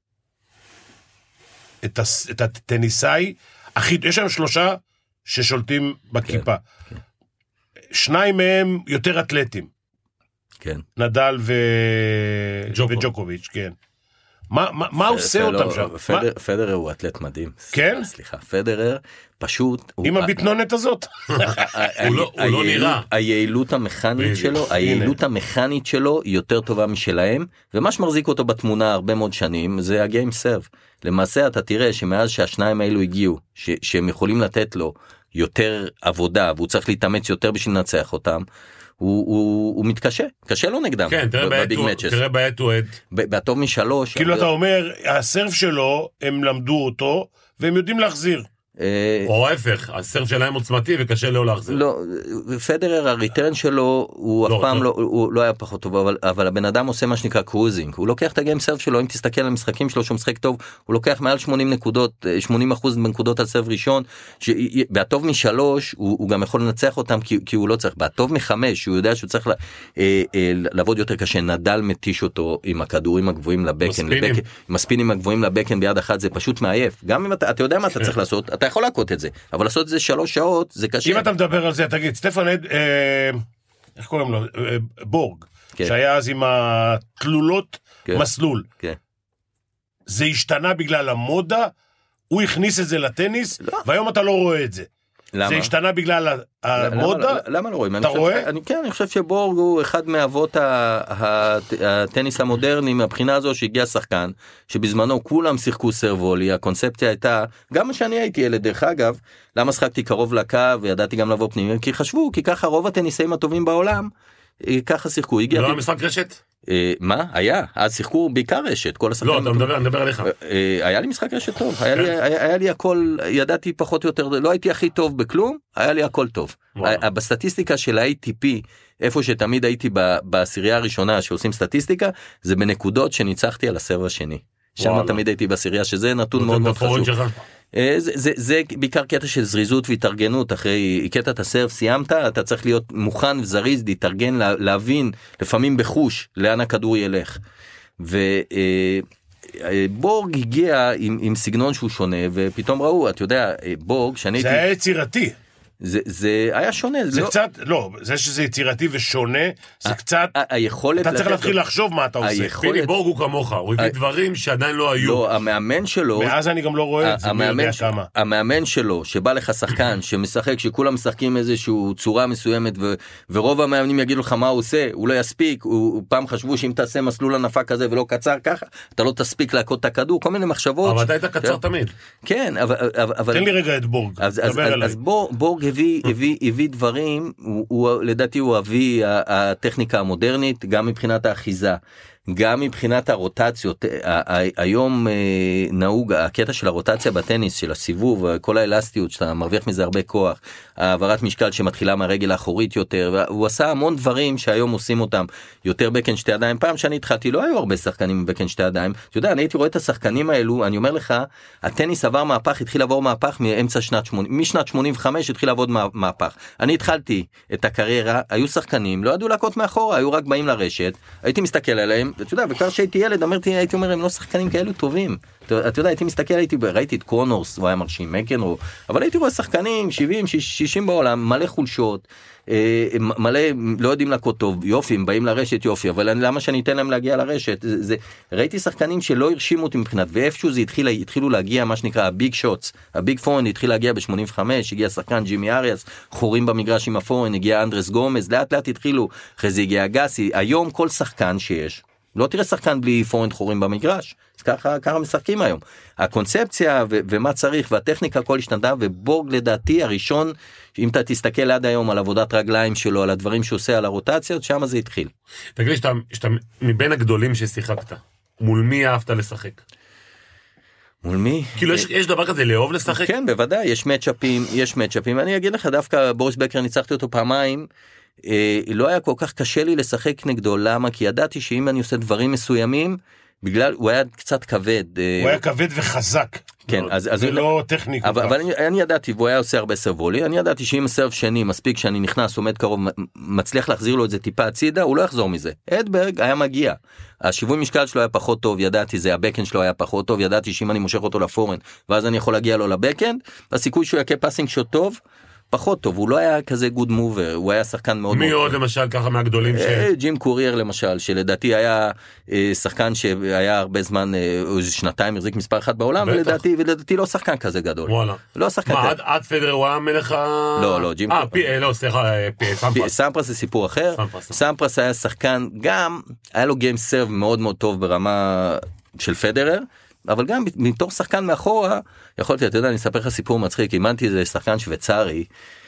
את הטניסאי, יש שם 3 ששולטים בכיפה. 2 מהם יותר אתלטים. כן. נדל וג'וקוביץ', כן. מה עושה אותם שם? פדרר הוא אתלט מדהים. כן? סליחה, פדרר פשוט... עם הביטנונת הזאת? הוא לא נראה. היעילות המכנית שלו היא יותר טובה משלהם, ומה שמחזיק אותו בתמונה הרבה מאוד שנים זה הגיים סרב. למעשה אתה תראה שמאז שהשניים האלו הגיעו, שהם יכולים לתת לו יותר עבודה, והוא צריך להתאמץ יותר בשביל לנצח אותם, הוא מתקשה, קשה לו נגדם. כן, תראה בעת הוא עד. בטוב מ3. כאילו אתה אומר, הסרף שלו, הם למדו אותו, והם יודעים להחזיר. או ההפך, הסרף שלהם עוצמתי וקשה לו להחזיר. לא, פדרר, הריטרן שלו, הוא אף פעם לא היה פחות טוב, אבל הבן אדם עושה מה שנקרא קרוזינג. הוא לוקח את הגיים סרף שלו, אם תסתכל על המשחקים שלו שהוא משחק טוב, הוא לוקח מעל 80% בנקודות על סרף ראשון, בהטוב מ3, הוא גם יכול לנצח אותם כי הוא לא צריך. בהטוב מ5, הוא יודע שהוא צריך לעבוד יותר קשה, נדל מתיש אותו עם הכדורים הגבוהים לבקן, עם הספינים הגבוהים לבקן ביד אחת, זה פשוט מעייף. גם אם אתה יודע מה אתה צריך לעשות, אתה יכול להכות את זה, אבל לעשות את זה 3 שעות, זה קשה. אם אתה מדבר על זה, תגיד, סטפן איך קוראים לו? בורג, שהיה אז עם התלולות מסלול. זה השתנה בגלל המודה, הוא הכניס את זה לטניס, והיום אתה לא רואה את זה. למה? זה השתנה בגלל המודה? למה לא רואים? אתה רואה? כן, אני חושב שבורג הוא אחד מאבות הטניס המודרני, מהבחינה הזו שהגיע שחקן, שבזמנו כולם שיחקו סרבולי, הקונספציה הייתה, גם מה שאני הייתי ילד דרך אגב, למה שחקתי קרוב לקו וידעתי גם לבוא פנימי, כי חשבו, כי ככה רוב הטניסאים הטובים בעולם, ככה שיחקו. לא המשחק רשת? מה? היה. אז שיחקו בעיקר רשת, כל השחקנים. לא, אתה מדבר עליך. היה לי משחק רשת טוב, היה לי הכל, ידעתי פחות או יותר, לא הייתי הכי טוב בכלום, היה לי הכל טוב. בסטטיסטיקה של ה-ATP, איפה שתמיד הייתי בעשירייה הראשונה שעושים סטטיסטיקה, זה בנקודות שניצחתי על הסרב השני. שם תמיד הייתי בעשירייה, שזה נתון מאוד מאוד חשוב. זה בעיקר קטע של זריזות והתארגנות, אחרי קטע את הסרב סיימת, אתה צריך להיות מוכן וזריז, להתארגן, להבין, לפעמים בחוש, לאן הכדור ילך. ובורג הגיע עם סגנון שהוא שונה, ופתאום ראו, אתה יודע, בורג, שאני זה היה יצירתי. זה היה שונה. זה קצת, לא, זה שזה יצירתי ושונה, זה קצת, אתה צריך להתחיל לחשוב מה אתה עושה. פיני בורג הוא כמוך, הוא הביא דברים שעדיין לא היו. לא, המאמן שלו, מאז אני גם לא רואה את זה, מי יודע כמה. המאמן שלו, שבא לך שחקן, שמשחק, שכולם משחקים איזשהו צורה מסוימת, ורוב המאמנים יגידו לך מה הוא עושה, הוא לא יספיק, הוא פעם חשבו שאם תעשה מסלול ענפה כזה ולא קצר ככה, אתה לא תספיק להכות את הכדור, כל מיני מחשבות. אבל אתה היית קצר תמיד. כן, אבל... תן לי רגע את בורג, דבר עליי. אז בורג הביא דברים, לדעתי הוא הביא הטכניקה המודרנית, גם מבחינת האחיזה, גם מבחינת הרוטציות. היום נהוג הקטע של הרוטציה בטניס, של הסיבוב, כל האלסטיות, שאתה מרוויח מזה הרבה כוח, העברת משקל שמתחילה מהרגל האחורית יותר, הוא עשה המון דברים שהיום עושים אותם, יותר בקן שתי ידיים. פעם שאני התחלתי, לא היו הרבה שחקנים בקן שתי ידיים. אתה יודע, אני הייתי רואה את השחקנים האלו, אני אומר לך, הטניס עבר מהפך, התחיל לעבור מהפך מאמצע שנת 80, משנת 85 התחיל לעבוד מהפך. אני התחלתי את הקריירה, היו שחקנים, לא ידעו להכות מאחורה, היו רק באים לרשת, הייתי מסתכל עליהם, ואתה יודע, וכבר שהייתי ילד, הייתי אומר, הם לא שחקנים כאלו טובים. אתה יודע, הייתי מסתכל, ראיתי את קונורס, הוא היה מרשים, מקנרו, אבל הייתי רואה שחקנים, 70, 60 בעולם, מלא חולשות, מלא, לא יודעים להכות טוב, יופי, הם באים לרשת, יופי, אבל למה שאני אתן להם להגיע לרשת? ראיתי שחקנים שלא הרשימו אותי מבחינת, ואיפשהו זה התחילו להגיע, מה שנקרא, הביג שוטס, הביג פורן התחיל להגיע ב-85, הגיע שחקן ג'ימי אריאס, חורים במגרש עם הפורן, הגיע אנדרס גומז, לאט לאט התחילו, אחרי זה הגיע אגסי, היום כל שחקן שיש, לא תראה שחקן בלי פורנד חורים במגרש, ככה משחקים היום. הקונספציה ומה צריך והטכניקה כל השתנתה, ובורג לדעתי הראשון, אם אתה תסתכל עד היום על עבודת רגליים שלו, על הדברים שהוא עושה, על הרוטציות, שם זה התחיל. תגיד לי, שאתה מבין הגדולים ששיחקת, מול מי אהבת לשחק? מול מי? כאילו יש דבר כזה לאהוב לשחק? כן, בוודאי, יש מצ'אפים. אני אגיד לך, דווקא בוריס בקר ניצחתי אותו פעמיים, לא היה כל כך קשה לי לשחק נגדו, למה? כי ידעתי שאם אני עושה דברים מסוימים, בגלל, הוא היה קצת כבד. הוא היה כבד וחזק. כן, זה לא טכניקה. אבל אני ידעתי, והוא היה עושה הרבה סרבולי, אני ידעתי שאם סרב שני מספיק שאני נכנס, עומד קרוב, מצליח להחזיר לו את זה טיפה הצידה, הוא לא יחזור מזה. אדברג היה מגיע. השיווי משקל שלו היה פחות טוב, ידעתי זה, הבקן שלו היה פחות טוב, ידעתי שאם אני מושך אותו לפורן, ואז אני יכול להגיע לו לבקן, הסיכוי שהוא יקה פאסינג שוט טוב, פחות טוב, הוא לא היה כזה גוד מובר, הוא היה שחקן מאוד... מי עוד למשל ככה מהגדולים ג'ים קורייר למשל, שלדעתי היה שחקן שהיה הרבה זמן, שנתיים החזיק מספר אחד בעולם, ולדעתי לא שחקן כזה גדול. וואלה. לא שחקן כזה. מה, עד פדר הוא היה מלך ה... לא, ג'ים קורייר. לא, סליחה, סמפרס. סמפרס זה סיפור אחר. סמפרס היה שחקן, גם היה לו גיים סרב מאוד מאוד טוב ברמה של פדרר, אבל גם מתוך שחקן מאחורה, יכולתי, אתה יודע, אני אספר לך סיפור מצחיק, אימנתי איזה שחקן שוויצרי,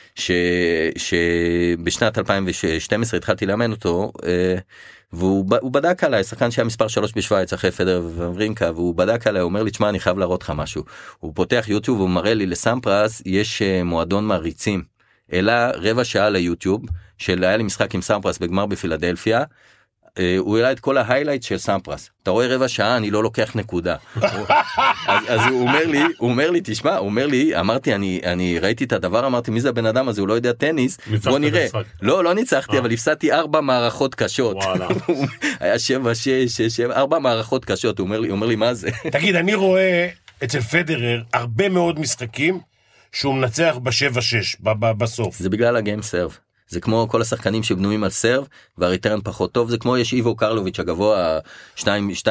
שבשנת 2012 התחלתי לאמן אותו, והוא בדק עליי, שחקן שהיה מספר 3 בשוויץ, אחרי פדר וברינקה, והוא בדק עליי, הוא אומר לי, תשמע, אני חייב להראות לך משהו. הוא פותח יוטיוב, הוא מראה לי לסמפרס, יש מועדון מעריצים, אלא רבע שעה ליוטיוב, היה לי משחק עם סמפרס בגמר בפילדלפיה, הוא העלה את כל ההיילייט של סמפרס. אתה רואה רבע שעה, אני לא לוקח נקודה. אז הוא אומר לי, תשמע, הוא אומר לי, אמרתי, אני ראיתי את הדבר, אמרתי, מי זה הבן אדם הזה, הוא לא יודע טניס, בוא נראה. לא ניצחתי, אבל הפסדתי 4 מערכות קשות. היה 7-6, 4 מערכות קשות, הוא אומר לי, מה זה? תגיד, אני רואה אצל פדרר הרבה מאוד משחקים, שהוא מנצח ב7-6, בסוף. זה בגלל הגיים סרב. זה כמו כל השחקנים שבנויים על סרב, והריטרן פחות טוב, זה כמו יש איבו קרלוביץ' הגבוה, 2.13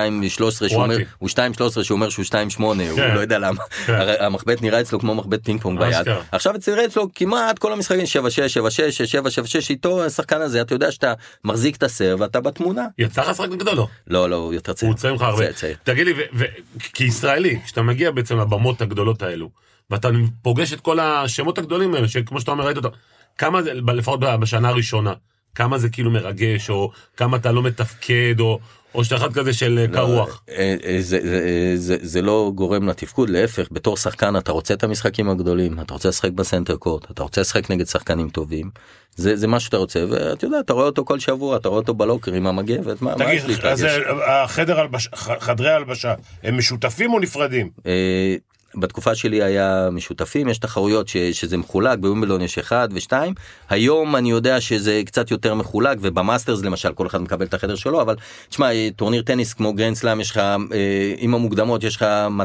שאומר שהוא 2.8, הוא לא יודע למה. המחבט נראה אצלו כמו מחבט פינג פונג ביד. עכשיו אצל אצלו כמעט כל המשחקים 7-6, 7-6, 7-7-6, איתו השחקן הזה, אתה יודע שאתה מחזיק את הסרב, ואתה בתמונה. יצא לך שחק נגדו לו? לא, הוא יותר צעיר. הוא צעיר לך הרבה. תגיד לי, כישראלי, כשאתה מגיע בעצם לבמות הגדולות האלו, ואתה פוגש את כל השמות הגדולים האלו, שכמו שאתה אומר, ראית אותו, כמה, לפחות בשנה הראשונה, כמה זה כאילו מרגש, או כמה אתה לא מתפקד, או שאתה אחד כזה של קרוח. זה לא גורם לתפקוד, להפך, בתור שחקן אתה רוצה את המשחקים הגדולים, אתה רוצה לשחק בסנטר קורט, אתה רוצה לשחק נגד שחקנים טובים, זה מה שאתה רוצה, ואתה יודע, אתה רואה אותו כל שבוע, אתה רואה אותו בלוקר עם המגבת, מה יש לי? תגיד, חדרי הלבשה, הם משותפים או נפרדים? בתקופה שלי היה משותפים, יש תחרויות שזה מחולק, בווימבלדון יש 1 ו2, היום אני יודע שזה קצת יותר מחולק, ובמאסטרס למשל כל אחד מקבל את החדר שלו, אבל תשמע, טורניר טניס כמו גרנד סלאם, יש לך, עם המוקדמות יש לך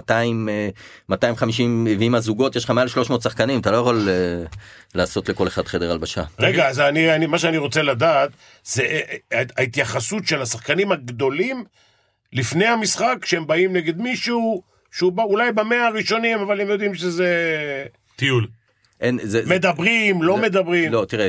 250, ועם הזוגות יש לך מעל 300 שחקנים, אתה לא יכול לעשות לכל אחד חדר הלבשה. רגע, אז מה שאני רוצה לדעת, זה ההתייחסות של השחקנים הגדולים, לפני המשחק, כשהם באים נגד מישהו, שהוא בא אולי במאה הראשונים, אבל הם יודעים שזה... טיול. מדברים, לא מדברים. לא, תראה,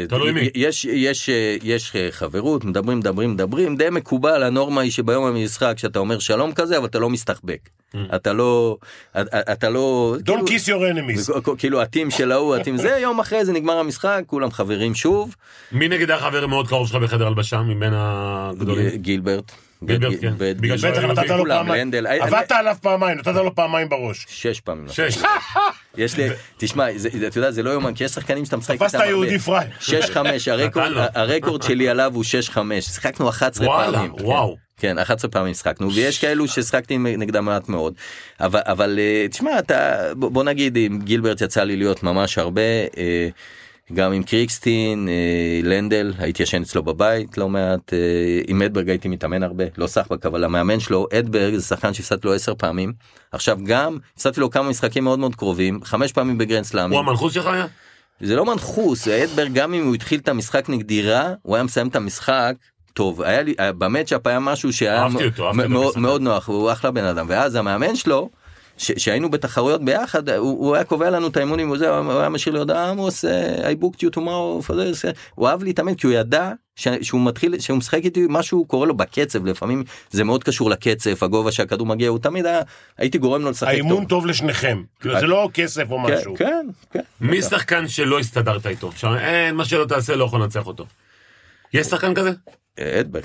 יש חברות, מדברים, די מקובל, הנורמה היא שביום המשחק, שאתה אומר שלום כזה, אבל אתה לא מסתחבק. אתה לא... Don't kiss your enemies. כאילו, הטים של ההוא, הטים זה, יום אחרי זה נגמר המשחק, כולם חברים שוב. מי נגד החבר מאוד קרוב שלך בחדר הלבשה, מבין הגדולים? גילברט. כן. בטח נתת לו פעמיים. עבדת עליו פעמיים, נתת לו פעמיים בראש. 6 פעמים. 6. יש לי, תשמע, אתה יודע, זה לא יומן, כי יש שחקנים שאתה משחק תפסת יהודי פראי. 6-5, הרקורד שלי עליו הוא 6-5, שחקנו 11 פעמים. וואו. כן, 11 פעמים שחקנו, ויש כאלו ששחקתי נגדם מעט מאוד. אבל תשמע, בוא נגיד, עם גילברט יצא לי להיות ממש הרבה, גם עם קריקסטין, לנדל, הייתי ישן אצלו בבית, לא מעט, עם אדברג הייתי מתאמן הרבה, לא סחבק, אבל המאמן שלו, אדברג, זה שחקן שהפסדתי לו 10 פעמים, עכשיו גם, הפסדתי לו כמה משחקים מאוד מאוד קרובים, 5 פעמים בגרנד סלאם. הוא המנחוס שלך היה? זה לא מנחוס, אדברג גם אם הוא התחיל את המשחק נגדי רע, הוא היה מסיים את המשחק, טוב, היה לי, במצ'אפ היה משהו שהיה מאוד נוח, הוא אחלה בן אדם, ואז המאמן שלו, שהיינו בתחרויות ביחד, הוא היה קובע לנו את האימונים, הוא היה משאיר לי הודעה, עמוס, I booked you tomorrow, הוא אהב להתאמן, כי הוא ידע שהוא מתחיל, שהוא משחק איתי, משהו קורה לו בקצב, לפעמים זה מאוד קשור לקצב, הגובה שהכדור מגיע, הוא תמיד הייתי גורם לו לשחק טוב. האימון טוב לשניכם, זה לא כסף או משהו. כן. מי שחקן שלא הסתדרת איתו? אין, מה שלא תעשה לא יכול לנצח אותו. יש שחקן כזה? אדברג,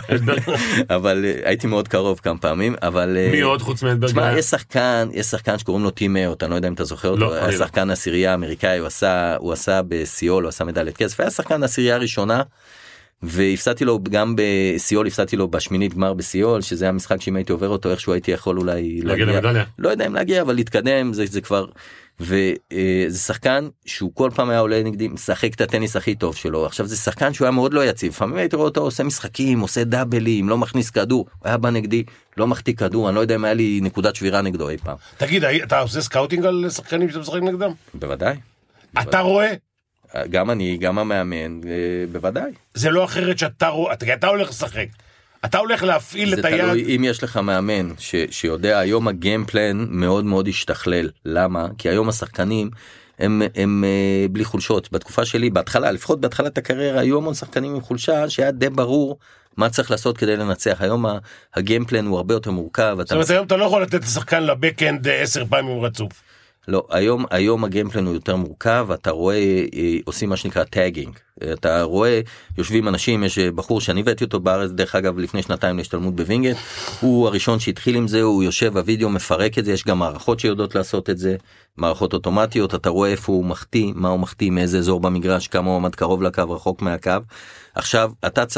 אבל הייתי מאוד קרוב כמה פעמים, אבל... מי עוד חוץ מאדברג? תשמע, יש שחקן שקוראים לו טים מאו, אני לא יודע אם אתה זוכר אותו, היה שחקן עשירייה אמריקאי, הוא עשה בסיול, הוא עשה מדליית כסף, היה שחקן עשירייה הראשונה, והפסדתי לו גם בסיול, הפסדתי לו בשמינית גמר בסיול, שזה היה משחק שאם הייתי עובר אותו, איכשהו הייתי יכול אולי להגיע למדליה. לא יודע אם להגיע, אבל להתקדם, זה כבר... וזה שחקן שהוא כל פעם היה עולה נגדי, משחק את הטניס הכי טוב שלו. עכשיו זה שחקן שהוא היה מאוד לא יציב, לפעמים הייתי רואה אותו עושה משחקים, עושה דאבלים, לא מכניס כדור, הוא היה בא נגדי, לא מחטיא כדור, אני לא יודע אם היה לי נקודת שבירה נגדו אי פעם. תגיד, אתה עושה סקאוטינג על שחקנים שאתה משחק נגדם? בוודאי. אתה רואה? גם אני, גם המאמן, בוודאי. זה לא אחרת שאתה רואה, אתה הולך לשחק. אתה הולך להפעיל את היד. זה תלוי אם יש לך מאמן שיודע, היום הגיימפלן מאוד מאוד השתכלל. למה? כי היום השחקנים הם בלי חולשות. בתקופה שלי, בהתחלה, לפחות בהתחלת הקריירה, היו המון שחקנים עם חולשה שהיה די ברור מה צריך לעשות כדי לנצח. היום הגיימפלן הוא הרבה יותר מורכב. זאת אומרת, היום אתה לא יכול לתת לשחקן לבקאנד 10 פעמים רצוף. לא, היום הגיימפלן הוא יותר מורכב, אתה רואה, עושים מה שנקרא טאגינג, אתה רואה, יושבים אנשים, יש בחור שאני הבאתי אותו בארץ, דרך אגב לפני 2 להשתלמות בווינגייט, הוא הראשון שהתחיל עם זה, הוא יושב בווידאו, מפרק את זה, יש גם מערכות שיודעות לעשות את זה, מערכות אוטומטיות, אתה רואה איפה הוא מחטיא, מה הוא מחטיא, מאיזה אזור במגרש, כמה הוא עמד קרוב לקו, רחוק מהקו. עכשיו,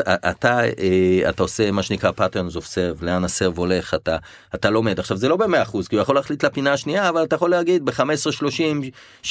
אתה עושה מה שנקרא patterns of serve, לאן הסרב הולך, אתה לומד. עכשיו, זה לא ב100%, כי הוא יכול להחליט לפינה השנייה, אבל אתה יכול להגיד ב-15-30, 70%,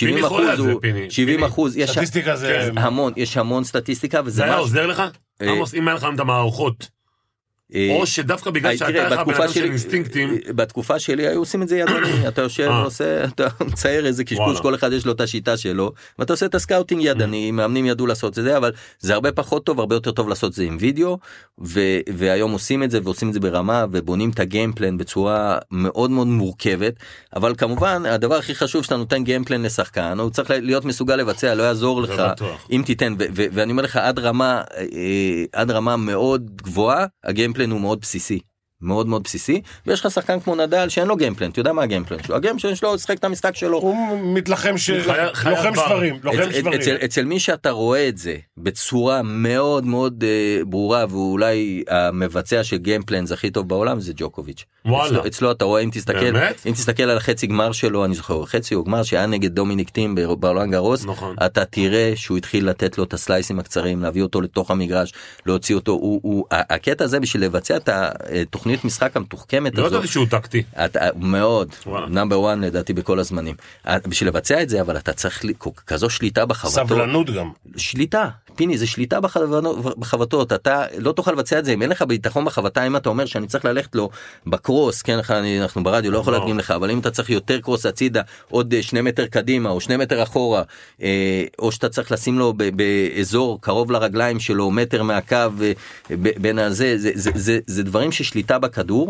יש המון סטטיסטיקה, זה היה עוזר לך? עמוס, אם היה לך את המערכות, או שדווקא בגלל שאתה לך בן של אינסטינקטים. בתקופה שלי היו עושים את זה ידני, אתה יושב ועושה, אתה מצייר איזה קשקוש, כל אחד יש לו את השיטה שלו, ואתה עושה את הסקאוטינג ידני, מאמנים ידעו לעשות את זה, אבל זה הרבה פחות טוב, הרבה יותר טוב לעשות את זה עם וידאו, והיום עושים את זה, ועושים את זה ברמה, ובונים את הגיימפלן בצורה מאוד מאוד מורכבת, אבל כמובן, הדבר הכי חשוב שאתה נותן גיימפלן לשחקן, הוא צריך להיות מסוגל לבצע, לא יעזור לך, אם תיתן, ואני אומר לך, עד רמה מאוד גבוהה, הגיימפלן הוא מאוד בסיסי. מאוד מאוד בסיסי, ויש לך שחקן כמו נדל שאין לו גיימפלן, אתה יודע מה הגיימפלן שלו? הגיימפלן שלו הוא לשחק את המשחק שלו. הוא מתלחם לוחם שברים. אצל מי שאתה רואה את זה בצורה מאוד מאוד ברורה, ואולי המבצע של גיימפלן זה הכי טוב בעולם, זה ג'וקוביץ'. אצלו אתה רואה, אם תסתכל על החצי גמר שלו, אני זוכר, חצי או גמר שהיה נגד דומיניק טים ברולאן גארוס, אתה תראה שהוא התחיל לתת לו את הסלייסים הקצרים, להביא אותו לתוך המגרש, להוציא אותו, הקטע הזה בשביל לבצע את התוכנית משחק המתוחכמת הזאת. לא יודעת שהוא טקטי. מאוד, נאמבר 1 לדעתי בכל הזמנים. בשביל לבצע את זה, אבל אתה צריך כזו שליטה בחבטות. סבלנות גם. שליטה, פיני, זה שליטה בחבטות, אתה לא תוכל לבצע את זה, אם אין לך ביטחון בחבטה, אם אתה אומר שאני צריך ללכת לו בקרוס, כן, אנחנו ברדיו לא יכול להדגים לך, אבל אם אתה צריך יותר קרוס הצידה, עוד 2 מטר קדימה, או 2 מטר אחורה, או שאתה צריך לשים לו באזור קרוב לרגליים שלו, מטר מהקו, בין הזה, זה דברים ששליטה בכדור,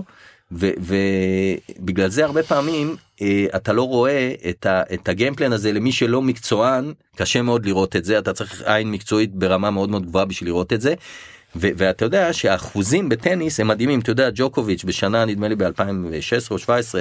ובגלל זה הרבה פעמים אתה לא רואה את הגיימפלן הזה. למי שלא מקצוען קשה מאוד לראות את זה, אתה צריך עין מקצועית ברמה מאוד מאוד גבוהה בשביל לראות את זה. ואתה יודע שהאחוזים בטניס הם מדהימים. אתה יודע, ג'וקוביץ' בשנה נדמה לי ב-2016 או 2017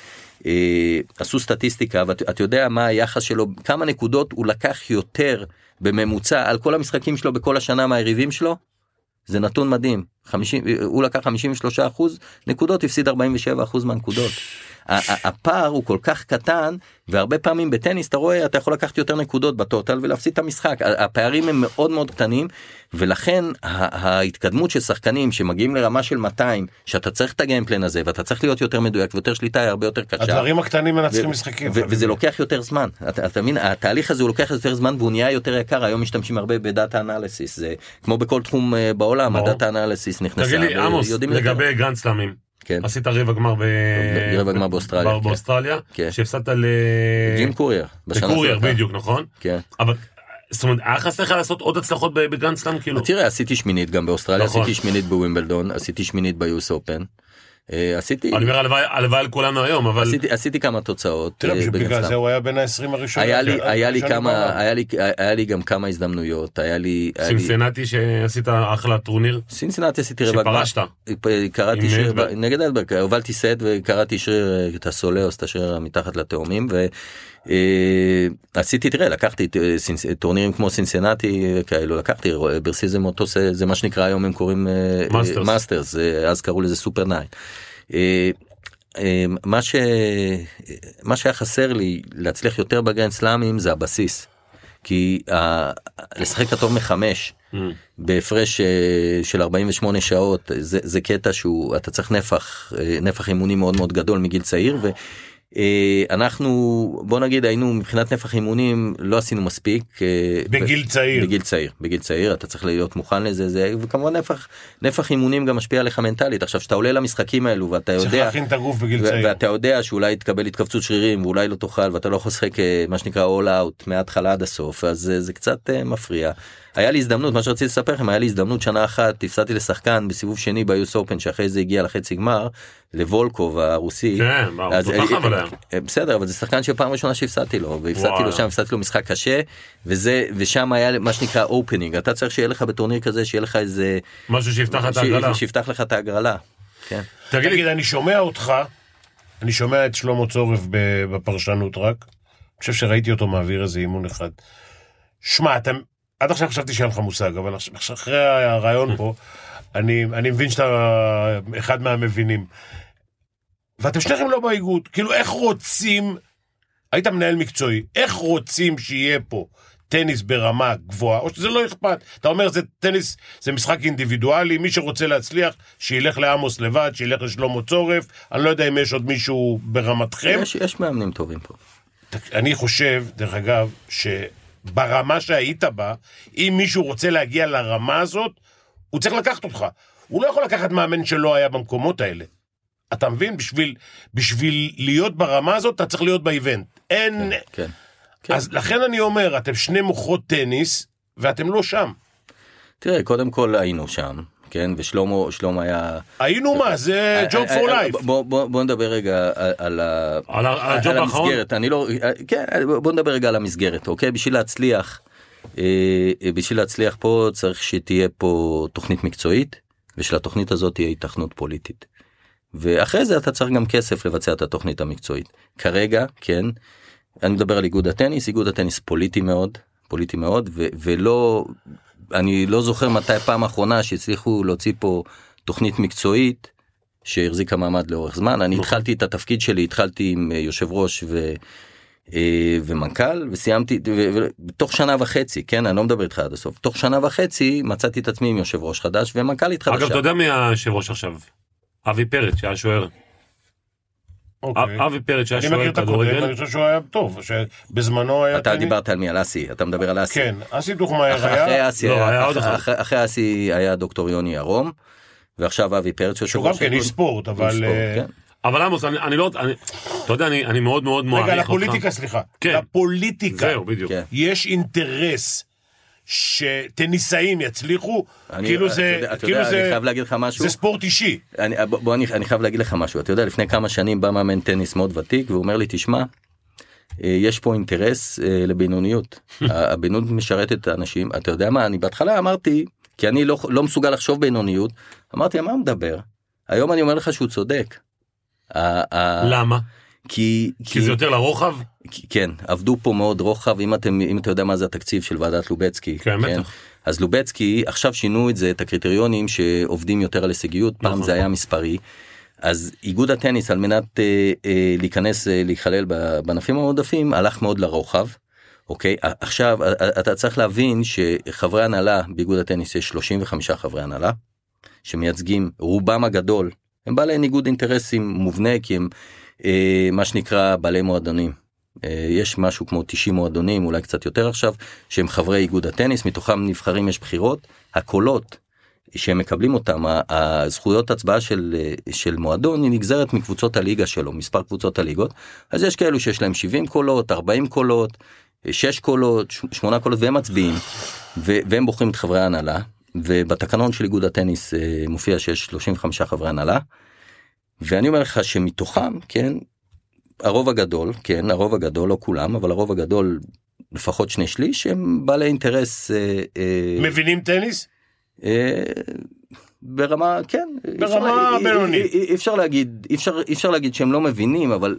עשו סטטיסטיקה, ואתה יודע מה היחס שלו, כמה נקודות הוא לקח יותר בממוצע על כל המשחקים שלו בכל השנה מהיריבים שלו. זה נתון מדהים. הוא לקח 53% נקודות, הפסיד 47% מהנקודות. הפער הוא כל כך קטן, והרבה פעמים בטניס אתה רואה, אתה יכול לקחת יותר נקודות בטוטל ולהפסיד את המשחק. הפערים הם מאוד מאוד קטנים, ולכן ההתקדמות של שחקנים שמגיעים לרמה של 200, שאתה צריך את הגיימפלן הזה, ואתה צריך להיות יותר מדויק ויותר שליטה, היא הרבה יותר קשה. הדברים הקטנים מנצחים משחקים. וזה לוקח יותר זמן. אתה מבין, התהליך הזה הוא לוקח יותר זמן, והוא נהיה יותר יקר. היום משתמשים הרבה בדאטה אנליסיס, זה כמו בכל תחום בעולם, הדאטה אנליסיס נכנסה. תגיד לי, עמוס, לגבי גרנד סלאמים. עשית רבע גמר באוסטרליה, שהפסדת ג'ים קורייר, לקורייר בדיוק, נכון? אבל זאת אומרת, היה חסר לך לעשות עוד הצלחות בגרנד סלאם כאילו? תראה, עשיתי שמינית גם באוסטרליה, עשיתי שמינית בווימבלדון, עשיתי שמינית ביוס אופן. אני אומר הלוואי על כולנו היום, אבל עשיתי כמה תוצאות. תראה, בגלל זה הוא היה בין ה-20 הראשונים. היה לי גם כמה הזדמנויות. סינסינטי שעשית אחלה טורניר. סינסינטי עשיתי רבע גמר. שפרשת. קראתי שיר נגד אלברג, הובלתי סט וקראתי שיר את הסולאוס, את השיר מתחת לתאומים, ועשיתי, תראה, לקחתי טורנירים כמו סינסינטי כאלו, לקחתי ברסיזם אותו, זה מה שנקרא היום הם קוראים מאסטרס, אז קראו לזה סופר נייט. מה שהיה חסר לי להצליח יותר בגרנד סלאמים זה הבסיס, כי לשחק הטוב מ5 בהפרש של 48 שעות זה קטע שהוא, אתה צריך נפח אימוני מאוד מאוד גדול מגיל צעיר, אנחנו, בוא נגיד, היינו מבחינת נפח אימונים, לא עשינו מספיק. בגיל צעיר, אתה צריך להיות מוכן לזה, וכמובן נפח אימונים גם משפיע עליך מנטלית. עכשיו, שאתה עולה למשחקים האלו, ואתה יודע, צריך להכין את הגוף בגיל צעיר. ואתה יודע שאולי תקבל התכווצות שרירים, ואולי לא תוכל, ואתה לא יכול לשחק מה שנקרא all out, מההתחלה עד הסוף, אז זה קצת מפריע. היה לי הזדמנות, מה שרציתי לספר לכם, היה לי הזדמנות שנה אחת, הפסדתי לשחקן בסיבוב שני ביוס אופן, שאחרי זה הגיע לחצי גמר, לוולקוב הרוסי. כן, בסדר, אבל זה שחקן שפעם ראשונה שהפסדתי לו, והפסדתי לו שם, הפסדתי לו משחק קשה, ושם היה מה שנקרא אופנינג, אתה צריך שיהיה לך בטורניר כזה, שיהיה לך איזה משהו שיפתח לך את ההגרלה. תגיד, אני שומע אותך, אני שומע את שלמה צורף בפרשנות רק, אני חושב שראיתי אותו מעביר איזה אימון אחד. שמע, עד עכשיו חשבתי שאין לך מושג, אבל אחרי הרעיון פה, אני מבין שאתה אחד מהמבינים. ואתם שניכם לא באיגוד, כאילו איך רוצים, היית מנהל מקצועי, איך רוצים שיהיה פה טניס ברמה גבוהה, או שזה לא אכפת, אתה אומר זה טניס, זה משחק אינדיבידואלי, מי שרוצה להצליח, שילך לעמוס לבד, שילך לשלמה צורף, אני לא יודע אם יש עוד מישהו ברמתכם. יש מאמנים טובים פה. אני חושב, דרך אגב, ברמה שהיית בה, אם מישהו רוצה להגיע לרמה הזאת, הוא צריך לקחת אותך. הוא לא יכול לקחת מאמן שלא היה במקומות האלה. אתה מבין? בשביל להיות ברמה הזאת, אתה צריך להיות באיבנט. אין... כן. אז לכן אני אומר, אתם שני מוחות טניס, ואתם לא שם. תראה, קודם כל היינו שם, כן? ושלמה היה... היינו מה? זה job for life. בוא נדבר רגע על המסגרת. כן, בוא נדבר רגע על המסגרת, אוקיי? בשביל להצליח פה צריך שתהיה פה תוכנית מקצועית, ושל התוכנית הזאת תהיה התכנות פוליטית. ואחרי זה אתה צריך גם כסף לבצע את התוכנית המקצועית. כרגע, כן, אני מדבר על איגוד הטניס פוליטי מאוד, ולא, אני לא זוכר מתי פעם האחרונה שהצליחו להוציא פה תוכנית מקצועית, שהחזיקה מעמד לאורך זמן. אני התחלתי את התפקיד שלי, התחלתי עם יושב ראש ומנכ"ל, וסיימתי, בתוך שנה וחצי, כן, אני לא מדבר איתך עד הסוף, תוך שנה וחצי מצאתי את עצמי עם יושב ראש חדש ומנכ"לית חדשה. אגב, אתה יודע מי היושב ראש עכשיו? אבי פרץ, שהיה שוער. אבי פרץ, שהיה שוער כדורגל. אני חושב שהוא היה טוב, שבזמנו היה... אתה דיברת על מי? על אסי, אתה מדבר על אסי. כן, אסי דוכמאייר היה... אחרי אסי היה דוקטור יוני ירום, ועכשיו אבי פרץ שהוא גם כן איש ספורט, אבל... אבל עמוס, אני לא... אתה יודע, אני מאוד מאוד מעריך אותך. רגע, לפוליטיקה, סליחה. כן. לפוליטיקה. זהו, בדיוק. יש אינטרס שטניסאים יצליחו, כאילו זה... אתה יודע, אני חייב להגיד לך משהו. זה ספורט אישי. אני חייב להגיד לך משהו. אתה יודע, לפני כמה שנים בא מאמן טניס מאוד ותיק, והוא אומר לי, תשמע, יש פה אינטרס לבינוניות. הבינוניות משרת את האנשים. אתה יודע מה, אני בהתחלה אמרתי, כי אני לא מסוגל לחשוב בינוניות, אמרתי, מה הוא מדבר? היום אני אומר לך שהוא צודק. למה? כי זה יותר לרוחב? כן, עבדו פה מאוד רוחב, אם אתה יודע מה זה התקציב של ועדת לובצקי. כן, בטח. אז לובצקי, עכשיו שינו את הקריטריונים שעובדים יותר על הישגיות, פעם זה היה מספרי, אז איגוד הטניס על מנת להיכלל בענפים המועדפים, הלך מאוד לרוחב, אוקיי? עכשיו, אתה צריך להבין שחברי הנהלה באיגוד הטניס יש 35 חברי הנהלה, שמייצגים רובם הגדול, הם בעלי ניגוד אינטרסים מובנה, כי הם מה שנקרא בעלי מועדונים. יש משהו כמו 90 מועדונים, אולי קצת יותר עכשיו, שהם חברי איגוד הטניס, מתוכם נבחרים יש בחירות, הקולות שהם מקבלים אותם, הזכויות הצבעה של מועדון, היא נגזרת מקבוצות הליגה שלו, מספר קבוצות הליגות, אז יש כאלו שיש להם 70 קולות, 40 קולות, 6 קולות, 8 קולות, והם מצביעים, והם בוחרים את חברי ההנהלה, ובתקנון של איגוד הטניס מופיע שיש 35 חברי הנהלה, ואני אומר לך שמתוכם, כן, הרוב הגדול, כן, הרוב הגדול, לא כולם, אבל הרוב הגדול, לפחות 2/3, הם בעלי אינטרס... מבינים טניס? ברמה, כן. ברמה בינונית. אפשר להגיד שהם לא מבינים, אבל...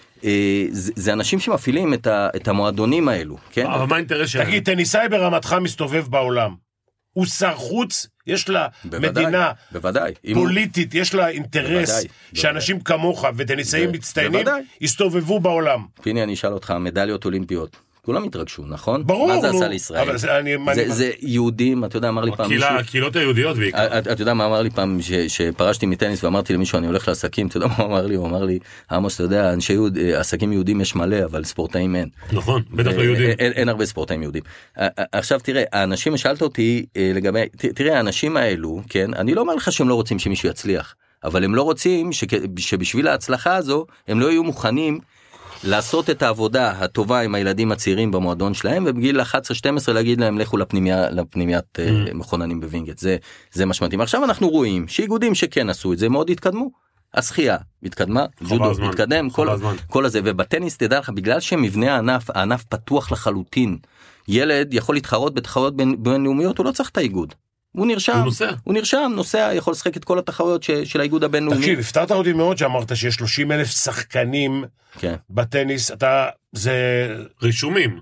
זה אנשים שמפעילים את המועדונים האלו, כן? אבל מה האינטרס שלהם? תגיד, טניסאי ברמתך מסתובב בעולם. הוא שר חוץ, יש לה מדינה פוליטית, יש לה אינטרס שאנשים כמוך וטניסאים מצטיינים יסתובבו בעולם. פיני, אני אשאל אותך, מדליות אולימפיות, כולם התרגשו, נכון? ברור. מה זה עשה לישראל? זה יהודים, אתה יודע, אמר לי פעם מישהו... הקהילות היהודיות בעיקר. אתה יודע מה אמר לי פעם שפרשתי מטניס ואמרתי למישהו, אני הולך לעסקים, אתה יודע מה הוא אמר לי? הוא אמר לי, עמוס, אתה יודע, עסקים יהודים יש מלא, אבל ספורטאים אין. נכון, בטח לא יהודים. אין הרבה ספורטאים יהודים. עכשיו תראה, האנשים, שאלת אותי לגבי, תראה, האנשים האלו, כן, אני לא אומר לך שהם לא רוצים שמישהו יצליח, אבל הם לא רוצים שבשביל ההצלחה הזו, הם לא יהיו מוכנים לעשות את העבודה הטובה עם הילדים הצעירים במועדון שלהם, ובגיל 11-12 להגיד להם, לכו לפנימיית מכוננים בווינגייט. זה משמעותי. עכשיו אנחנו רואים שאיגודים שכן עשו את זה, מאוד התקדמו. השחייה התקדמה, ג'ודו התקדם, כל הזה. ובטניס, תדע לך, בגלל שמבנה הענף פתוח לחלוטין, ילד יכול להתחרות בתחרויות בינלאומיות, הוא לא צריך את האיגוד. הוא נרשם, נוסע, יכול לשחק את כל התחרויות של האיגוד הבינלאומי. תקשיב, הפתעת אותי מאוד שאמרת שיש 30,000 שחקנים בטניס, זה רשומים.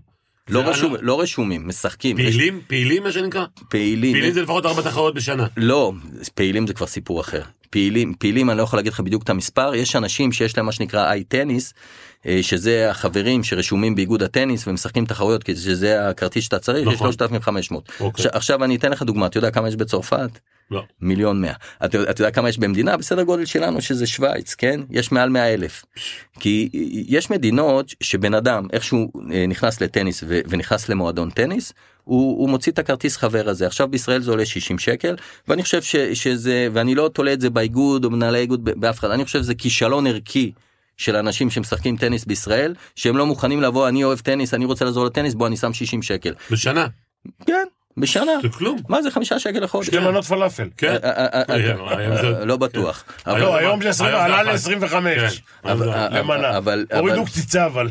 לא רשומים, משחקים. פעילים מה שנקרא? פעילים זה לפחות 4 תחרויות בשנה. לא, פעילים זה כבר סיפור אחר. פעילים, אני לא יכול להגיד לך בדיוק את המספר, יש אנשים שיש להם מה שנקרא איי טניס, שזה החברים שרשומים באיגוד הטניס ומשחקים תחרויות, כי שזה הכרטיס שאתה צריך, יש 3,500. עכשיו אני אתן לך דוגמה, אתה יודע כמה יש בצרפת? לא. 1,100,000. אתה יודע כמה יש במדינה? בסדר גודל שלנו שזה שוויץ, כן? יש מעל 100,000. כי יש מדינות שבן אדם, איכשהו נכנס לטניס ונכנס למועדון טניס, הוא מוציא את הכרטיס חבר הזה. עכשיו בישראל זה עולה 60 שקל, ואני חושב שזה, ואני לא תולה את זה באיגוד או מנהלי איגוד באף אחד, אני חושב שזה כישלון ערכי של אנשים שמשחקים טניס בישראל, שהם לא מוכנים לבוא, אני אוהב טניס, אני רוצה לעזור לטניס, בוא אני שם 60 שקל. בשנה? כן, בשנה. זה כלום. מה זה 5 שקל לחודש? 2 מנות פלאפל. כן. לא בטוח. לא, היום זה עלה ל-25. למנה. הורידו קציצה אבל.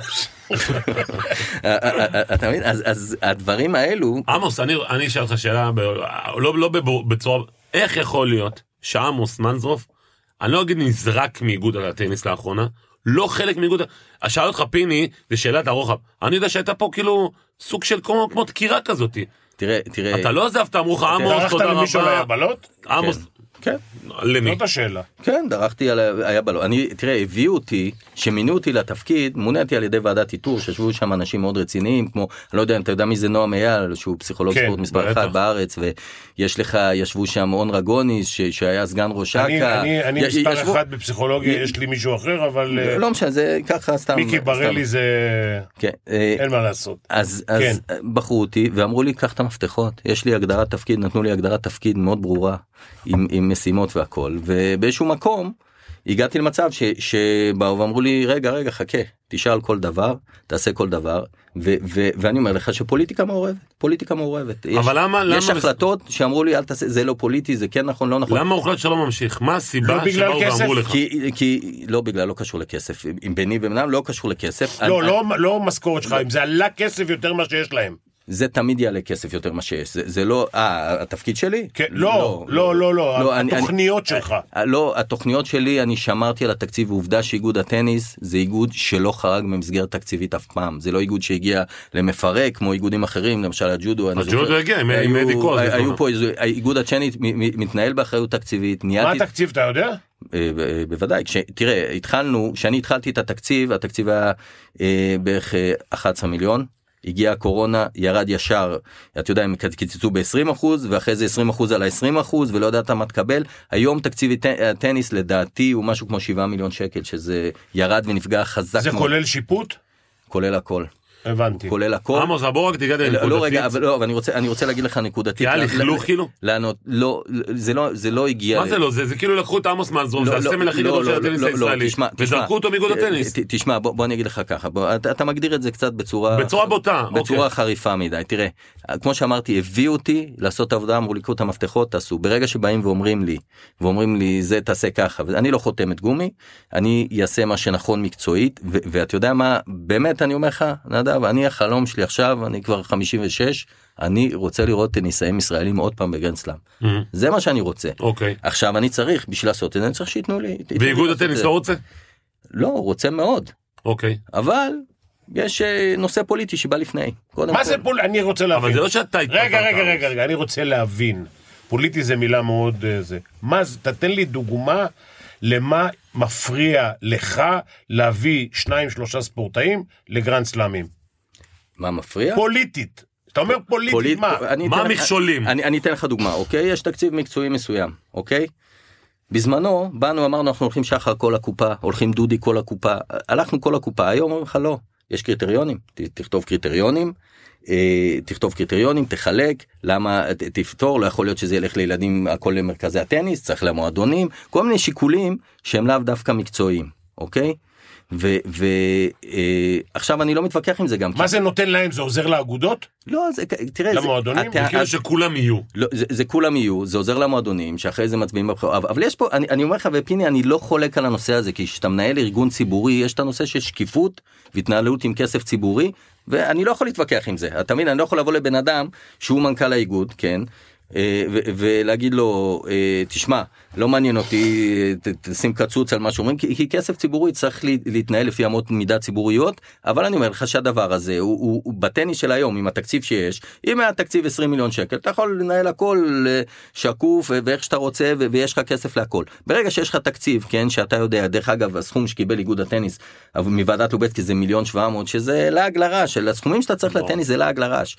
אתה מבין? אז הדברים האלו... עמוס, אני אשאל לך שאלה, לא בצורה... איך יכול להיות שעמוס מנזרוף אני לא אגיד נזרק מאיגוד הטניס לאחרונה, לא חלק מאיגוד, שאל אותך פיני, זה שאלת הרוחב, אני יודע שהייתה פה כאילו סוג של כמו דקירה כזאת. תראה. אתה לא עזבת, אמרו לך, עמוס, תודה רבה. דרכת למישהו ליבלות? עמוס. כן. למי? זאת השאלה. כן, דרכתי על היבלות. תראה, הביאו אותי, שמינו אותי לתפקיד, מוניתי על ידי ועדת איתור, שישבו שם אנשים מאוד רציניים, כמו, אני לא יודע אם אתה יודע מי זה נועם אייל, שהוא פסיכולוג ספורט מספר 1 בארץ, ויש לך, ישבו שם און רגוניס, שהיה סגן ראש אכ"א. אני מספר 1 בפסיכולוגיה, יש לי מישהו אחר, אבל... לא משנה, זה ככה סתם. מיקי ברלי זה... אין מה לעשות. אז בחרו אותי, ואמרו לי, קח את המפתחות, יש לי הגדרת תפקיד, נתנו לי הגדרת תפקיד מאוד ברורה, עם משימות והכל, ובאיזשהו מקום הגעתי למצב שבאו ואמרו לי רגע חכה, תשאל כל דבר, תעשה כל דבר, ואני אומר לך שפוליטיקה מעורבת, אבל למה יש החלטות שאמרו לי אל תעשה, זה לא פוליטי, זה כן נכון, לא נכון. למה הוחלט שלא ממשיך? מה הסיבה שבאו ואמרו לך? כי לא בגלל, לא קשור לכסף, עם ביני ובינם לא קשור לכסף. לא משכורת שלך, אם זה עלה כסף יותר מה שיש להם. זה תמיד יעלה כסף יותר מה שיש, זה לא, התפקיד שלי? לא, התוכניות שלך. לא, התוכניות שלי, אני שמרתי על התקציב, ועובדה שאיגוד הטניס זה איגוד שלא חרג ממסגרת תקציבית אף פעם, זה לא איגוד שהגיע למפרק, כמו איגודים אחרים, למשל הג'ודו. הג'ודו הגיע, עם אדי קוז. היו פה, איגוד הטניס מתנהל באחריות תקציבית. מה התקציב, אתה יודע? בוודאי, תראה, כשאני התחלתי את התקציב היה בערך 11 מיליון, הגיעה הקורונה, ירד ישר, אתה יודע, הם קיצצו ב-20%, ואחרי זה 20% על ה-20%, ולא יודעת מה תקבל. היום תקציב הטניס לדעתי הוא משהו כמו 7 מיליון שקל, שזה ירד ונפגע חזק. זה כולל שיפוט? כולל הכל. הבנתי. כולל הכל. עמוס, בוא רק תיגע לנקודתית. לא רגע, אבל אני רוצה להגיד לך נקודתית. כי היה לכלוך כאילו? לא, זה לא הגיע. מה זה לא? זה כאילו לקחו את עמוס מהזרום, זה הסמל הכי גדול של הטניס הישראלי, וזרקו אותו מאיגוד הטניס. תשמע, בוא אני אגיד לך ככה, אתה מגדיר את זה קצת בצורה בוטה. בצורה חריפה מדי. תראה, כמו שאמרתי, הביאו אותי לעשות את העבודה, אמרו לי, קחו את המפתחות, תעשו. ברגע שבאים ואומרים לי, זה תעשה ככה, ואני לא חותמת גומי, אני אעשה מה שנכון מקצועית, ואת יודע מה, באמת אני אומר לך, נדב, אני החלום שלי עכשיו, אני כבר 56, אני רוצה לראות טניסאים ישראלים עוד פעם בגרנד סלאם. זה מה שאני רוצה. עכשיו אני צריך, בשביל לעשות את זה, אני צריך שיתנו לי. ואיגוד הטניס לא רוצה? לא, רוצה מאוד. אבל יש נושא פוליטי שבא לפני. מה זה פוליטי? אני רוצה להבין. אבל זה לא שאתה... רגע, אני רוצה להבין. פוליטי זה מילה מאוד... מה זה? תתן לי דוגמה למה מפריע לך להביא 2-3 ספורטאים לגרנד סלאמים. מה מפריע? פוליטית. אתה אומר פוליטית, מה? מה המכשולים? אני אתן לך דוגמה, אוקיי? יש תקציב מקצועי מסוים, אוקיי? בזמנו, באנו, אמרנו, אנחנו הולכים שחר כל הקופה, הולכים דודי כל הקופה, הלכנו כל הקופה, היום אומרים לך לא, יש קריטריונים, תכתוב קריטריונים, תחלק, למה תפתור, לא יכול להיות שזה ילך לילדים, הכל למרכזי הטניס, צריך למועדונים, כל מיני שיקולים שהם לאו דווקא מקצועיים, אוקיי? ועכשיו אני לא מתווכח עם זה גם. מה זה נותן להם? זה עוזר לאגודות? לא, תראה, למועדונים? זה כאילו שכולם יהיו. זה כולם יהיו, זה עוזר למועדונים, שאחרי זה מצביעים בבחירות. אבל יש פה, אני אומר לך, ופיני, אני לא חולק על הנושא הזה, כי כשאתה מנהל ארגון ציבורי, יש את הנושא של שקיפות, והתנהלות עם כסף ציבורי, ואני לא יכול להתווכח עם זה. אתה מבין, אני לא יכול לבוא לבן אדם, שהוא מנכ"ל האיגוד, כן? ולהגיד לו, תשמע, לא מעניין אותי, תשים קצוץ על מה שאומרים, כי כסף ציבורי צריך להתנהל לפי אמות מידה ציבוריות, אבל אני אומר לך שהדבר הזה, הוא בטניס של היום, עם התקציב שיש, אם היה תקציב 20 מיליון שקל, אתה יכול לנהל הכל שקוף, ואיך שאתה רוצה, ויש לך כסף להכל. ברגע שיש לך תקציב, כן, שאתה יודע, דרך אגב, הסכום שקיבל איגוד הטניס, מוועדת לובצקי זה 1,700,000, שזה לעג לרש, הסכומים שאתה צריך לטניס זה לעג לרש.